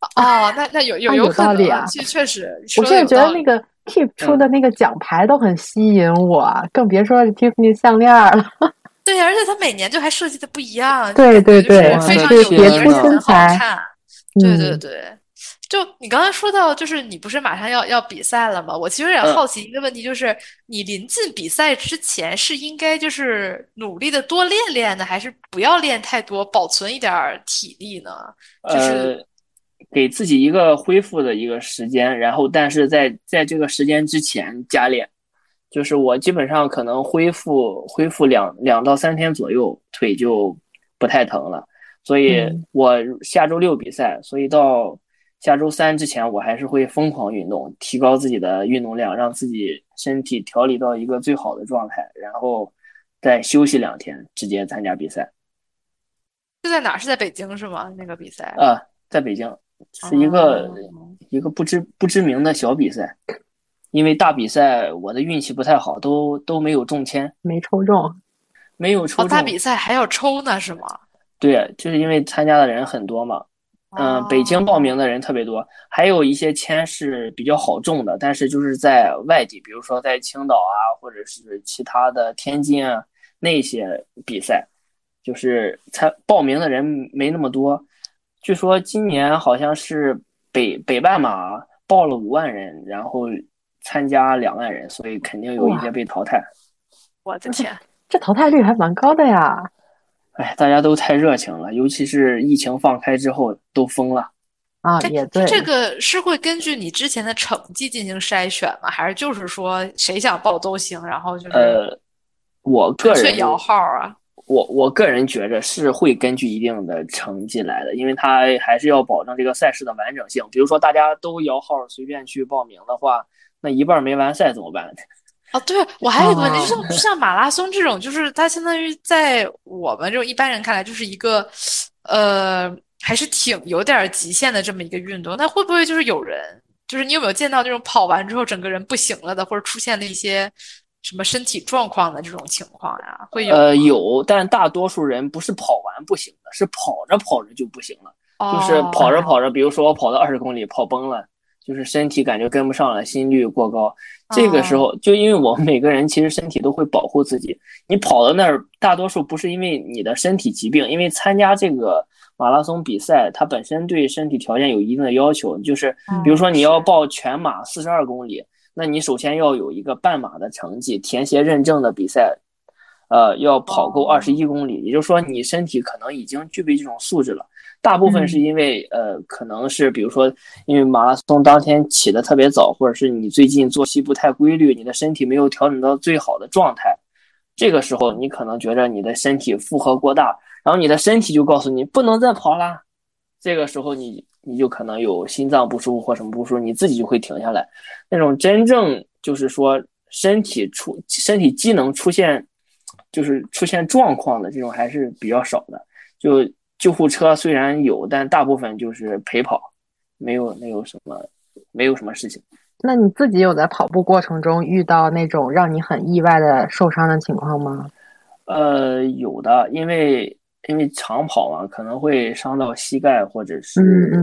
Speaker 3: 哦，那有可能
Speaker 2: 道理啊，
Speaker 3: 确实，
Speaker 2: 我现在觉得那个 Keep 出的那个奖牌都很吸引我，更别说 Tiffany 项链了。
Speaker 3: 对，而且它每年就还设计的不一样，
Speaker 2: 对对对，
Speaker 3: 就是非常
Speaker 2: 是别出
Speaker 3: 有意思，很好
Speaker 2: 心裁。
Speaker 3: 看。对对对，就你刚才说到，就是你不是马上要比赛了吗？我其实也好奇一个问题，就是你临近比赛之前是应该就是努力的多练练呢，还是不要练太多，保存一点儿体力呢？就是
Speaker 1: 给自己一个恢复的一个时间，然后但是在这个时间之前加练。就是我基本上可能恢复两到3天左右，腿就不太疼了。所以我下周6比赛，所以到下周3之前，我还是会疯狂运动，提高自己的运动量，让自己身体调理到一个最好的状态，然后再休息2天，直接参加比赛。
Speaker 3: 是在哪儿？是在北京是吗？那个比赛？
Speaker 1: 在北京，是一个不知名的小比赛。因为大比赛我的运气不太好，都没有中签，
Speaker 2: 没抽中，
Speaker 1: 没有抽中。
Speaker 3: 大比赛还要抽呢是吗？
Speaker 1: 对，就是因为参加的人很多嘛。北京报名的人特别多，还有一些签是比较好中的，但是就是在外地，比如说在青岛啊，或者是其他的天津啊那些比赛，就是报名的人没那么多。据说今年好像是北半马报了5万人，然后参加2万人，所以肯定有一些被淘汰。
Speaker 3: 我的天，
Speaker 2: 这淘汰率还蛮高的呀！
Speaker 1: 哎，大家都太热情了，尤其是疫情放开之后都疯了
Speaker 2: 啊！也对，
Speaker 3: 这个是会根据你之前的成绩进行筛选吗？还是就是说谁想报都行？然后就是
Speaker 1: 我个人
Speaker 3: 摇号啊。
Speaker 1: 我个人觉着是会根据一定的成绩来的，因为他还是要保证这个赛事的完整性。比如说大家都摇号随便去报名的话，那一半没完赛怎么办？
Speaker 3: 对，我还有一个问题，就像马拉松这种，就是它相当于在我们这种一般人看来，就是一个还是挺有点极限的这么一个运动。那会不会就是有人，就是你有没有见到那种跑完之后整个人不行了的，或者出现了一些什么身体状况的这种情况呀？会有
Speaker 1: 有，但大多数人不是跑完不行的，是跑着跑着就不行了。就是跑着跑着，比如说我跑到20公里跑崩了，就是身体感觉跟不上了，心率过高。这个时候，就因为我们每个人其实身体都会保护自己，你跑到那儿，大多数不是因为你的身体疾病，因为参加这个马拉松比赛，它本身对身体条件有一定的要求，就是比如说你要报全马42公里，那你首先要有一个半马的成绩，田协认证的比赛，要跑够21公里，也就是说你身体可能已经具备这种素质了。大部分是因为可能是比如说因为马拉松当天起得特别早，或者是你最近作息不太规律，你的身体没有调整到最好的状态，这个时候你可能觉得你的身体负荷过大，然后你的身体就告诉你不能再跑啦，这个时候你就可能有心脏不舒服或什么不舒服，你自己就会停下来。那种真正就是说身体机能出现状况的这种还是比较少的。就救护车虽然有，但大部分就是陪跑，没有什么事情。
Speaker 2: 那你自己有在跑步过程中遇到那种让你很意外的受伤的情况吗？
Speaker 1: 有的，因为长跑嘛，可能会伤到膝盖或者是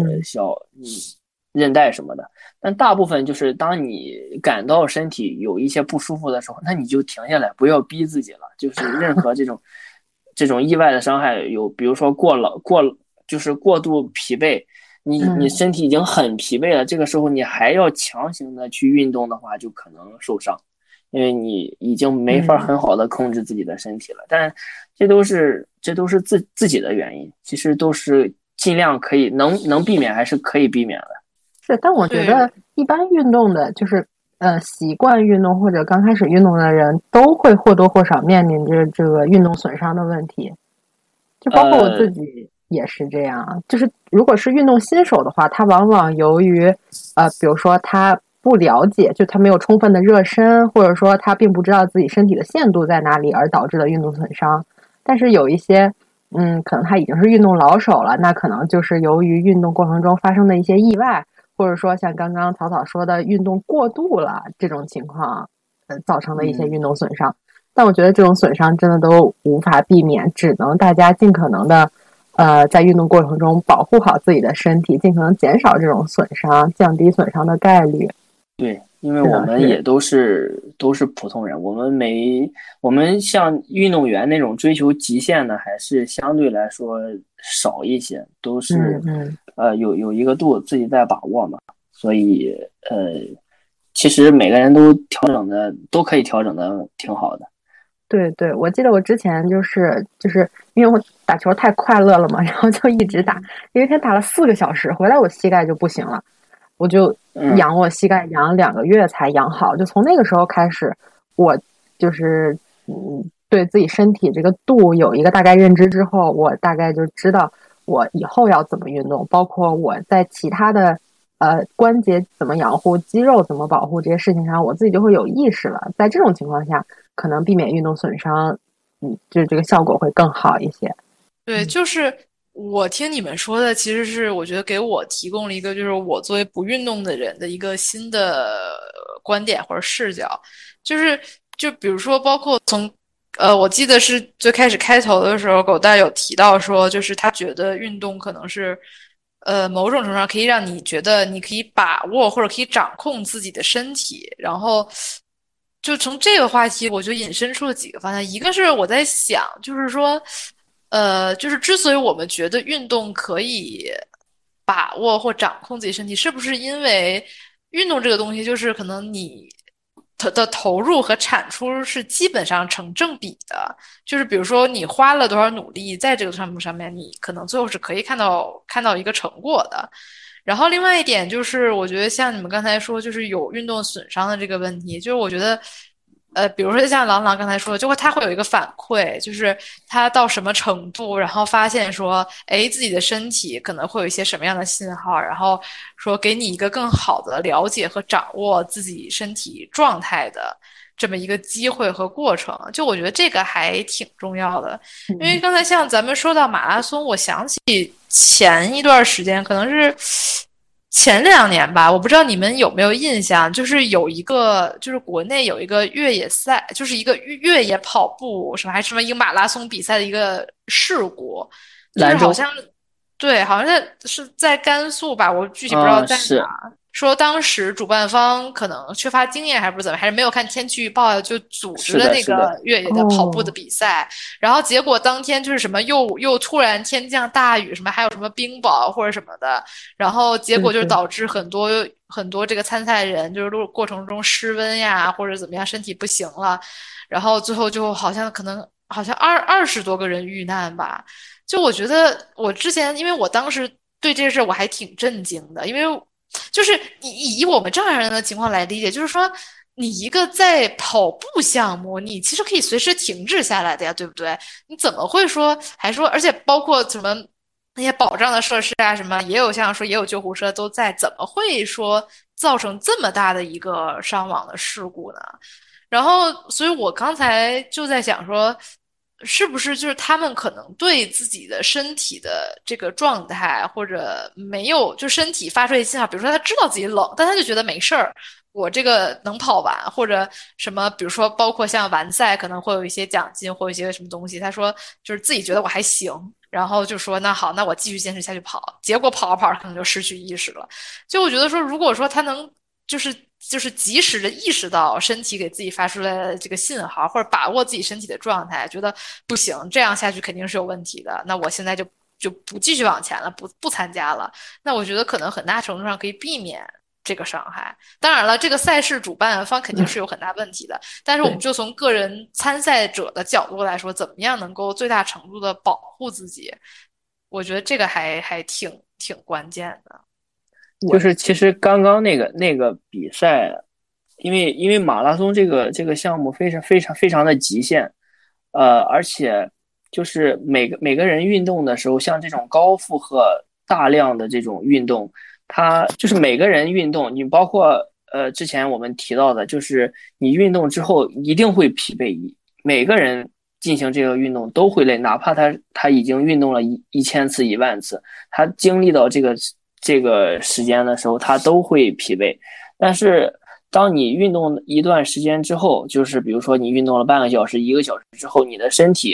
Speaker 1: 韧带什么的。但大部分就是当你感到身体有一些不舒服的时候，那你就停下来，不要逼自己了。就是任何这种意外的伤害，比如说就是过度疲惫，你身体已经很疲惫了，这个时候你还要强行的去运动的话，就可能受伤，因为你已经没法很好的控制自己的身体了。但这都是自己的原因，其实都是尽量可以能避免还是可以避免的。
Speaker 2: 是，但我觉得一般运动的，就是习惯运动或者刚开始运动的人，都会或多或少面临着这个运动损伤的问题。就包括我自己也是这样，就是如果是运动新手的话，他往往由于比如说他不了解，就他没有充分的热身，或者说他并不知道自己身体的限度在哪里而导致的运动损伤。但是有一些可能他已经是运动老手了，那可能就是由于运动过程中发生的一些意外，或者说像刚刚草草说的运动过度了这种情况造成的一些运动损伤。但我觉得这种损伤真的都无法避免，只能大家尽可能的在运动过程中保护好自己的身体，尽可能减少这种损伤，降低损伤的概率。
Speaker 1: 对，因为我们也都是普通人，我们像运动员那种追求极限的，还是相对来说少一些，都是有一个度自己在把握嘛，所以其实每个人都可以调整的挺好的。
Speaker 2: 对对，我记得我之前就是因为我打球太快乐了嘛，然后就一直打，有一天打了4个小时，回来我膝盖就不行了，我就养我膝盖，养2个月才养好。就从那个时候开始，我就是对自己身体这个度有一个大概认知之后，我大概就知道我以后要怎么运动，包括我在其他的关节怎么养护、肌肉怎么保护这些事情上，我自己就会有意识了。在这种情况下，可能避免运动损伤，就这个效果会更好一些。
Speaker 3: 对，就是我听你们说的，其实是我觉得给我提供了一个，就是我作为不运动的人的一个新的观点或者视角，就比如说，包括从我记得是最开始开头的时候，狗蛋有提到说，就是他觉得运动可能是某种程度上可以让你觉得你可以把握或者可以掌控自己的身体，然后就从这个话题，我就引申出了几个方向。一个是我在想，就是说，就是之所以我们觉得运动可以把握或掌控自己身体，是不是因为运动这个东西，就是可能你的投入和产出是基本上成正比的，就是比如说你花了多少努力在这个项目上面，你可能最后是可以看到一个成果的。然后另外一点就是，我觉得像你们刚才说，就是有运动损伤的这个问题，就是我觉得，比如说像郎朗刚才说的，他会有一个反馈，就是他到什么程度，然后发现说，哎，自己的身体可能会有一些什么样的信号，然后说给你一个更好的了解和掌握自己身体状态的这么一个机会和过程。就我觉得这个还挺重要的，因为刚才像咱们说到马拉松，我想起前一段时间，可能是前2年吧，我不知道你们有没有印象，就是有一个，就是国内有一个越野赛，就是一个越野跑步什么还什么一个马拉松比赛的一个事故，就是好像对，好像是在甘肃吧，我具体不知道在哪儿。说当时主办方可能缺乏经验，还不是怎么，还是没有看天气预报，就组织了那个越野的跑步的比赛。然后结果当天就是什么又突然天降大雨，什么还有什么冰雹或者什么的，然后结果就导致很多这个参赛人就是过程中失温呀或者怎么样，身体不行了，然后最后就好像20多个人遇难吧。就我觉得我之前，因为我当时对这事我还挺震惊的，因为就是以我们正常人的情况来理解，就是说你一个在跑步项目，你其实可以随时停止下来的呀，对不对？你怎么会说还说，而且包括什么那些保障的设施啊，什么也有像说也有救护车都在，怎么会说造成这么大的一个伤亡的事故呢？然后，所以我刚才就在想说，是不是就是他们可能对自己的身体的这个状态，或者没有就身体发出的信号，比如说他知道自己冷，但他就觉得没事儿，我这个能跑完，或者什么，比如说包括像完赛可能会有一些奖金或一些什么东西，他说就是自己觉得我还行。然后就说那好，那我继续坚持下去跑。结果跑着跑着可能就失去意识了。就我觉得说，如果说他能就是及时的意识到身体给自己发出来的这个信号，或者把握自己身体的状态，觉得不行，这样下去肯定是有问题的。那我现在就不继续往前了，不参加了。那我觉得可能很大程度上可以避免这个伤害。当然了，这个赛事主办方肯定是有很大问题的，但是我们就从个人参赛者的角度来说，怎么样能够最大程度的保护自己，我觉得这个还挺关键的。
Speaker 1: 就是其实刚刚那个比赛，因为马拉松这个项目非常的极限，而且就是每个人运动的时候，像这种高负荷大量的这种运动，它就是每个人运动，你包括之前我们提到的，就是你运动之后一定会疲惫，每个人进行这个运动都会累，哪怕他已经运动了1000次10000次，他经历到这个时间的时候，他都会疲惫。但是当你运动一段时间之后，就是比如说你运动了半个小时、1个小时之后，你的身体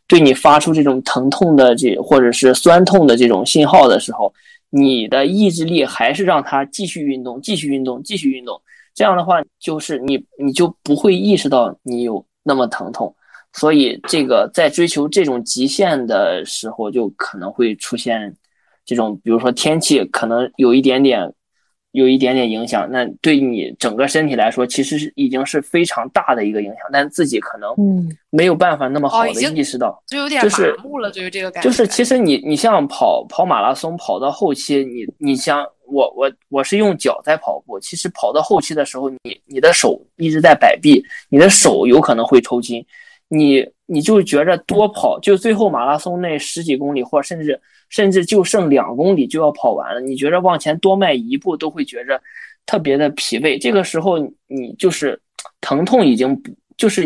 Speaker 1: 对你发出这种疼痛的或者是酸痛的这种信号的时候，你的意志力还是让它继续运动，继续运动，继续运动。这样的话，就是你就不会意识到你有那么疼痛。所以这个在追求这种极限的时候，就可能会出现这种，比如说天气可能有一点点影响，那对你整个身体来说，其实已经是非常大的一个影响，但自己可能没有办法那么好的意识到，
Speaker 3: 就有点麻木了，对于这个感觉。
Speaker 1: 就是其实你像跑马拉松，跑到后期，你像我是用脚在跑步，其实跑到后期的时候，你的手一直在摆臂，你的手有可能会抽筋。你就觉着多跑，就最后马拉松那10几公里，或甚至就剩2公里就要跑完了，你觉着往前多迈一步都会觉着特别的疲惫。这个时候你就是疼痛已经就是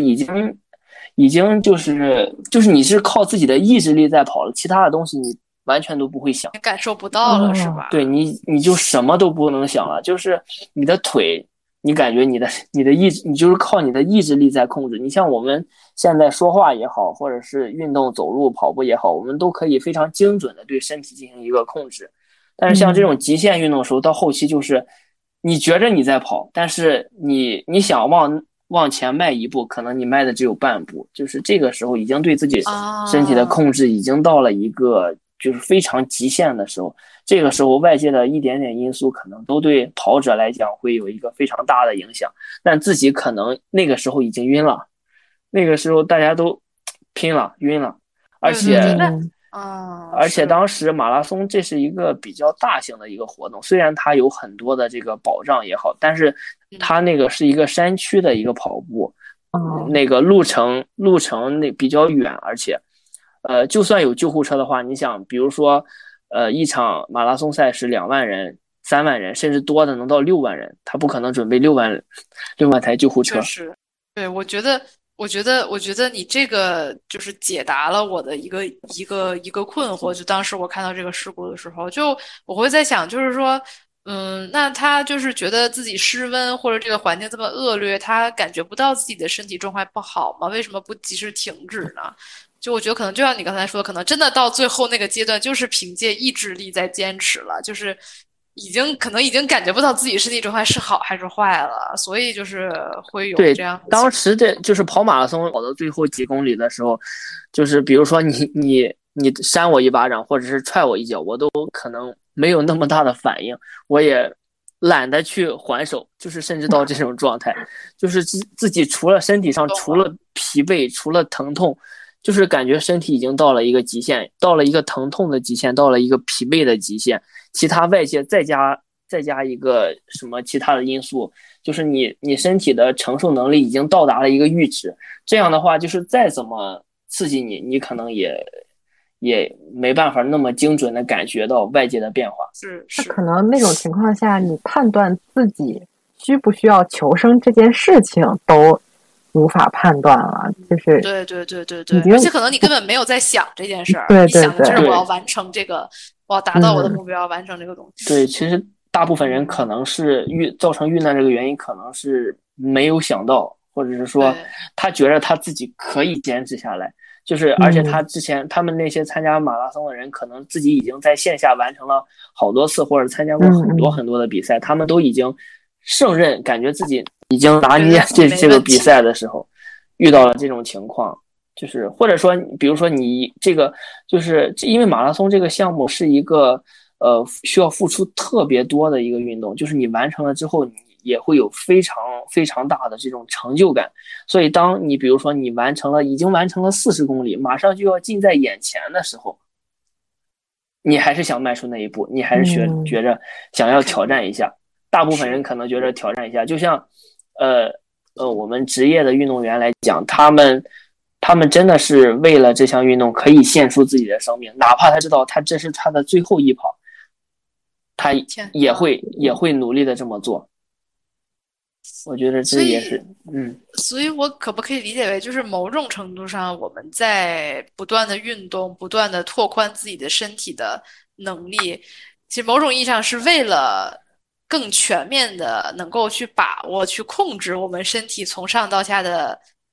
Speaker 1: 你是靠自己的意志力在跑了，其他的东西你完全都不会想，
Speaker 3: 感受不到了，是吧？
Speaker 1: 对，你就什么都不能想了，就是你的腿。你感觉你的意志，你就是靠你的意志力在控制。你像我们现在说话也好，或者是运动、走路、跑步也好，我们都可以非常精准的对身体进行一个控制。但是像这种极限运动的时候，到后期就是你觉着你在跑，但是你想往前迈一步，可能你迈的只有半步，就是这个时候已经对自己身体的控制已经到了一个就是非常极限的时候。这个时候外界的一点点因素可能都对跑者来讲会有一个非常大的影响，但自己可能那个时候已经晕了，那个时候大家都拼了晕了，而且当时马拉松这是一个比较大型的一个活动，虽然它有很多的这个保障也好，但是它那个是一个山区的一个跑步，那个路程那比较远，而且就算有救护车的话，你想比如说一场马拉松赛是2万人、3万人，甚至多的能到6万人，他不可能准备6万台救护车。
Speaker 3: 确实，对，我觉得你这个就是解答了我的一个困惑。就当时我看到这个事故的时候，就我会在想，就是说，那他就是觉得自己失温或者这个环境这么恶劣，他感觉不到自己的身体状态不好吗？为什么不及时停止呢？就我觉得可能就像你刚才说的，可能真的到最后那个阶段，就是凭借意志力在坚持了，就是可能已经感觉不到自己身体状态是好还是坏了，所以就是会有这样。
Speaker 1: 对，当时就是跑马拉松跑到最后几公里的时候，就是比如说你扇我一巴掌，或者是踹我一脚，我都可能没有那么大的反应，我也懒得去还手，就是甚至到这种状态，就是自己除了身体上除了疲惫，除了疼痛。就是感觉身体已经到了一个极限，到了一个疼痛的极限，到了一个疲惫的极限，其他外界再加一个什么其他的因素，就是你身体的承受能力已经到达了一个阈值，这样的话就是再怎么刺激你可能也没办法那么精准的感觉到外界的变化。
Speaker 2: 那可能那种情况下，你判断自己需不需要求生这件事情都无法判断了，就是
Speaker 3: 对，而且可能你根本没有在想这件事儿，
Speaker 2: 对，
Speaker 3: 你想的就是我要完成这个，我要达到我的目标，完成这个东西。
Speaker 1: 对，其实大部分人可能是造成遇难这个原因，可能是没有想到，或者是说他觉得他自己可以坚持下来，就是而且他之前他们那些参加马拉松的人，可能自己已经在线下完成了好多次，或者参加过很多很多的比赛，他们都已经胜任，感觉自己已经拿捏这个比赛的时候，遇到了这种情况，就是或者说，比如说你这个，就是因为马拉松这个项目是一个需要付出特别多的一个运动，就是你完成了之后，你也会有非常非常大的这种成就感。所以，当你比如说你已经完成了40公里，马上就要近在眼前的时候，你还是想迈出那一步，你还是觉着想要挑战一下。大部分人可能觉得挑战一下，就像我们职业的运动员来讲，他们真的是为了这项运动可以献出自己的生命，哪怕他知道这是他的最后一跑，他也会努力的这么做。我觉得这也是
Speaker 3: 所以我可不可以理解为，就是某种程度上，我们在不断的运动，不断的拓宽自己的身体的能力，其实某种意义上是为了更全面的能够去把握、去控制我们身体从上到下的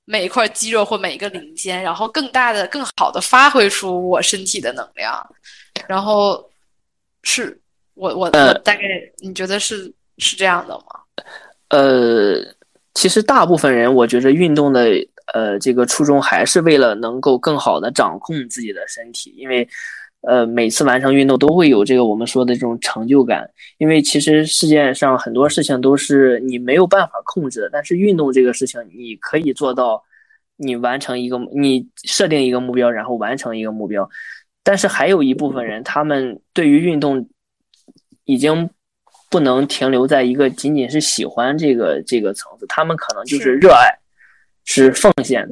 Speaker 3: 每一块肌肉或每一个零件，然后更大的、更好的发挥出我身体的能量。然后是我大概你觉得是这样的吗？
Speaker 1: 其实大部分人我觉得运动的这个初衷还是为了能够更好的掌控自己的身体，因为每次完成运动都会有这个我们说的这种成就感，因为其实世界上很多事情都是你没有办法控制的，但是运动这个事情你可以做到，你设定一个目标，然后完成一个目标。但是还有一部分人，他们对于运动已经不能停留在一个仅仅是喜欢这个层次，他们可能就是热爱，是奉献，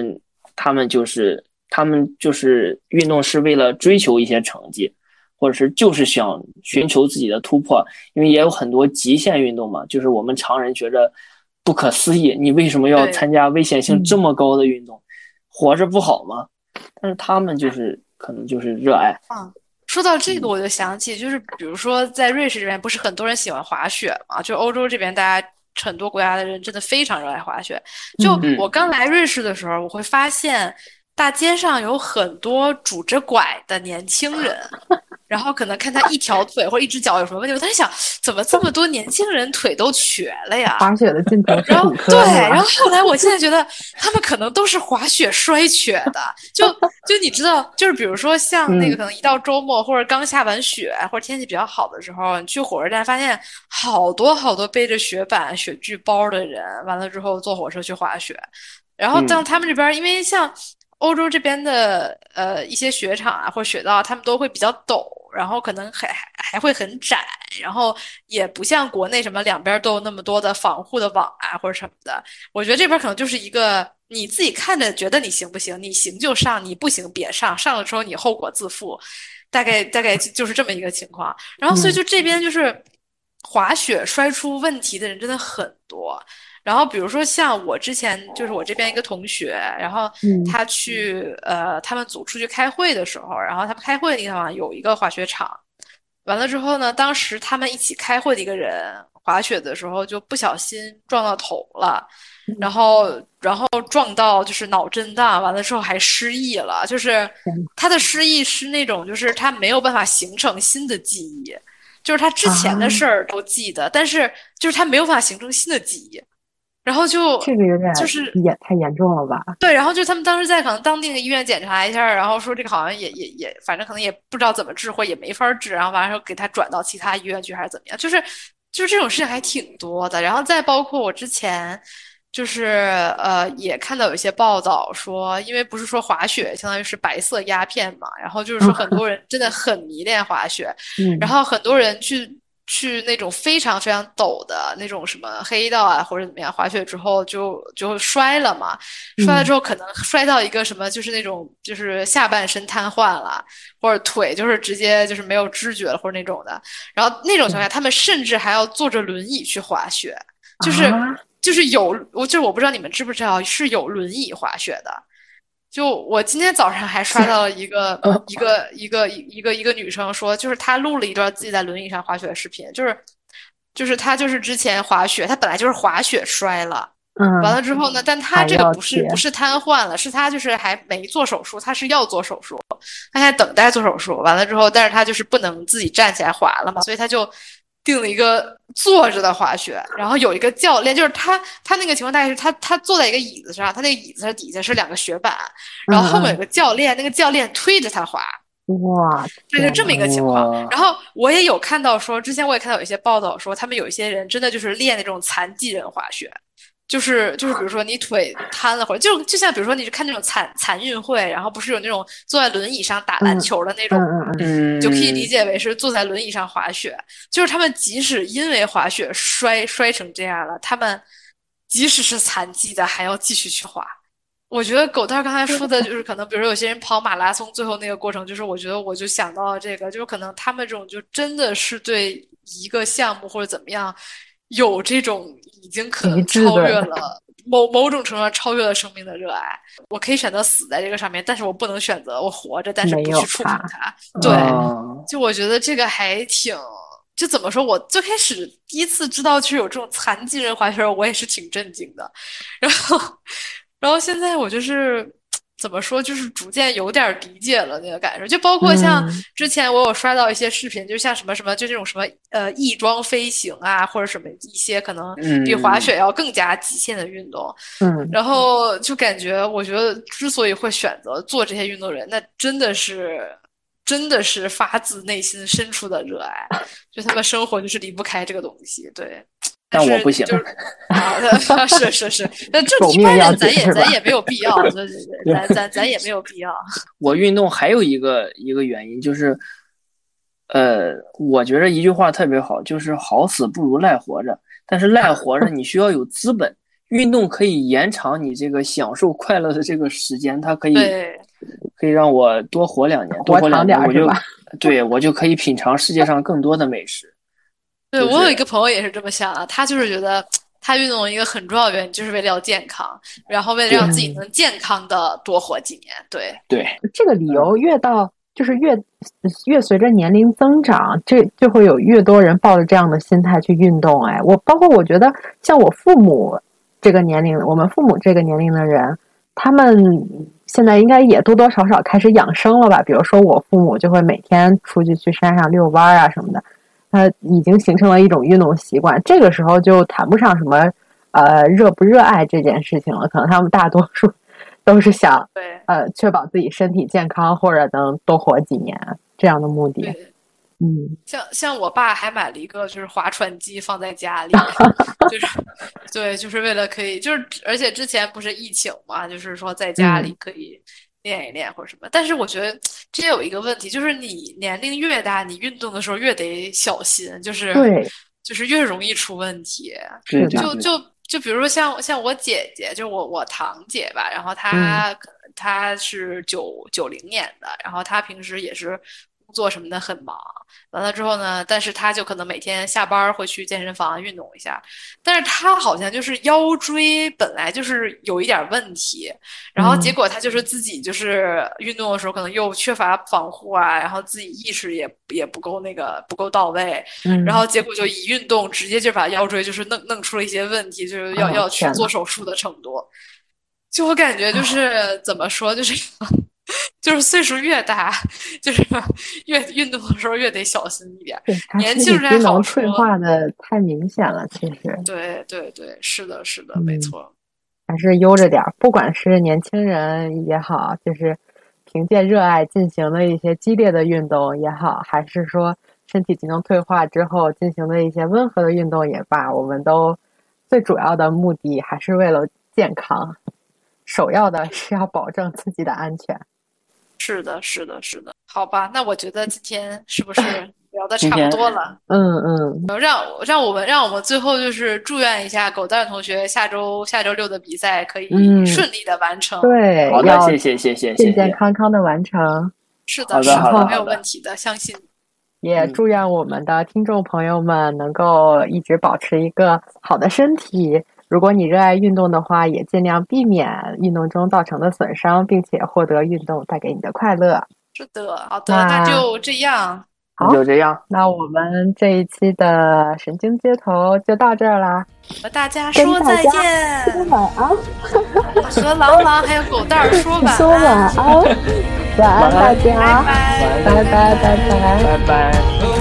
Speaker 1: 他们就是运动是为了追求一些成绩，或者是就是想寻求自己的突破，因为也有很多极限运动嘛，就是我们常人觉着不可思议，你为什么要参加危险性这么高的运动？活着不好吗？但是他们就是可能就是热爱。
Speaker 3: 说到这个，我就想起，就是比如说在瑞士这边，不是很多人喜欢滑雪嘛？就欧洲这边，大家很多国家的人真的非常热爱滑雪。就我刚来瑞士的时候，我会发现大街上有很多拄着拐的年轻人。然后可能看他一条腿或者一只脚有什么问题，我在想，怎么这么多年轻人腿都瘸了呀？
Speaker 2: 滑雪的尽头是骨科。
Speaker 3: 对，然后后来我现在觉得他们可能都是滑雪摔瘸的，就你知道，就是比如说像那个可能一到周末或者刚下完雪或者天气比较好的时候，你去火车站发现好多好多背着雪板、雪具包的人，完了之后坐火车去滑雪，然后到他们这边，因为像欧洲这边的一些雪场啊或者雪道，他们都会比较陡，然后可能还会很窄，然后也不像国内什么两边都有那么多的防护的网啊或者什么的。我觉得这边可能就是一个你自己看着觉得你行不行，你行就上，你不行别上，上了之后你后果自负，大概就是这么一个情况。然后所以就这边就是滑雪摔出问题的人真的很多。然后比如说像我之前就是我这边一个同学，然后他去他们组出去开会的时候，然后他们开会的地方有一个滑雪场，完了之后呢，当时他们一起开会的一个人滑雪的时候就不小心撞到头了，然后撞到就是脑震荡，完了之后还失忆了，就是他的失忆是那种就是他没有办法形成新的记忆，就是他之前的事儿都记得，但是就是他没有办法形成新的记忆。然后
Speaker 2: 这个有点
Speaker 3: 就是
Speaker 2: 也太严重了吧？
Speaker 3: 对，然后就他们当时在可能当地的医院检查一下，然后说这个好像也，反正可能也不知道怎么治或也没法治，然后完了给他转到其他医院去还是怎么样，就是这种事情还挺多的。然后再包括我之前就是也看到有一些报道说，因为不是说滑雪相当于是白色鸦片嘛，然后就是说很多人真的很迷恋滑雪，然后很多人去那种非常非常陡的那种什么黑道啊或者怎么样滑雪之后就摔了嘛，摔了之后可能摔到一个什么就是那种就是下半身瘫痪了，或者腿就是直接就是没有知觉了或者那种的，然后那种情况下他们甚至还要坐着轮椅去滑雪，就是我不知道你们知不知道是有轮椅滑雪的。就我今天早上还刷到了一个女生说，就是她录了一段自己在轮椅上滑雪的视频，就是她就是之前滑雪，她本来就是滑雪摔了，完了之后呢，但她这个不是瘫痪了，是她就是还没做手术，她是要做手术，她还等待做手术，完了之后，但是她就是不能自己站起来滑了嘛，所以她就定了一个坐着的滑雪，然后有一个教练，就是他那个情况大概是他坐在一个椅子上，他那个椅子底下是两个雪板，然后后面有个教练，那个教练推着他滑。
Speaker 2: 哇，
Speaker 3: 就是这么一个情况。然后我也有看到说，之前我也看到有一些报道说，他们有一些人真的就是练那种残疾人滑雪。就是比如说你腿瘫了，或者就像比如说你是看那种残运会，然后不是有那种坐在轮椅上打篮球的那种，就可以理解为是坐在轮椅上滑雪。就是他们即使因为滑雪摔成这样了，他们即使是残疾的还要继续去滑。我觉得狗蛋刚才说的就是可能，比如说有些人跑马拉松，最后那个过程，就是我觉得我就想到了这个，就是可能他们这种就真的是对一个项目或者怎么样。有这种已经可能超越了某种程度上超越了生命的热爱，我可以选择死在这个上面，但是我不能选择我活着，但是不去触碰它。对，就我觉得这个还挺，就怎么说？我最开始第一次知道就是有这种残疾人滑雪，我也是挺震惊的。然后然后现在我就是怎么说，就是逐渐有点理解了那个感受，就包括像之前我有刷到一些视频，就像什么什么，就这种什么翼装飞行啊，或者什么一些可能比滑雪要更加极限的运动，然后就感觉，我觉得之所以会选择做这些运动人，那真的是发自内心深处的热爱，就他们生活就是离不开这个东西，对。
Speaker 1: 但我不行，
Speaker 3: 就是啊，是，那这一般人咱也没有必要，咱也没有必要。
Speaker 1: 我运动还有一个原因就是，我觉得一句话特别好，就是好死不如赖活着。但是赖活着你需要有资本，运动可以延长你这个享受快乐的这个时间，它可以让我多活2年，多活2年我就可以品尝世界上更多的美食。
Speaker 3: 对，我有一个朋友也是这么想的，他就是觉得他运动一个很重要的原因就是为了要健康，然后为了让自己能健康的多活几年。对，
Speaker 2: 这个理由就是越随着年龄增长，这就会有越多人抱着这样的心态去运动。包括我觉得像我父母这个年龄，我们父母这个年龄的人，他们现在应该也多多少少开始养生了吧？比如说我父母就会每天出去山上遛弯啊什么的。他已经形成了一种运动习惯，这个时候就谈不上什么热不热爱这件事情了，可能他们大多数都是想确保自己身体健康或者能多活几年这样的目的。
Speaker 3: 像我爸还买了一个就是划船机放在家里，就是为了可以而且之前不是疫情嘛，就是说在家里可以练一练或者什么，但是我觉得这有一个问题，就是你年龄越大，你运动的时候越得小心，就是越容易出问题。就比如说像我姐姐，就我堂姐吧，然后她是90年的，然后她平时也是工作什么的很忙，完了之后呢，但是她就可能每天下班会去健身房运动一下，但是她好像就是腰椎本来就是有一点问题，然后结果她就是自己就是运动的时候可能又缺乏防护啊，然后自己意识也不够到位，然后结果就一运动直接就把腰椎就是弄出了一些问题，就是要去做手术的程度。就我感觉就是怎么说，就是岁数越大，就是越运动的时候越得小心一点。年轻人还好说，
Speaker 2: 退化的太明显了，其实。
Speaker 3: 对，是的，没错。
Speaker 2: 还是悠着点，不管是年轻人也好，就是凭借热爱进行的一些激烈的运动也好，还是说身体机能退化之后进行的一些温和的运动也罢，我们都最主要的目的还是为了健康，首要的是要保证自己的安全。
Speaker 3: 是的。好吧，那我觉得今天是不是聊的差不多了？让我们最后就是祝愿一下狗蛋同学下周六的比赛可以顺利的完成。
Speaker 2: 对，
Speaker 1: 好的，谢谢，
Speaker 2: 健健康康的完成。
Speaker 3: 是的，没有问题的，相信。
Speaker 2: 也祝愿我们的听众朋友们能够一直保持一个好的身体。如果你热爱运动的话，也尽量避免运动中造成的损伤，并且获得运动带给你的快乐。
Speaker 3: 是的，好的，那就这样。
Speaker 2: 好，就这样。那我们这一期的神经街头就到这儿啦，
Speaker 3: 和大家说再见，
Speaker 2: 说晚安。
Speaker 3: 和郎朗还有狗蛋说晚安，
Speaker 2: 说晚安，晚安大家，
Speaker 3: 拜拜。
Speaker 1: 拜拜。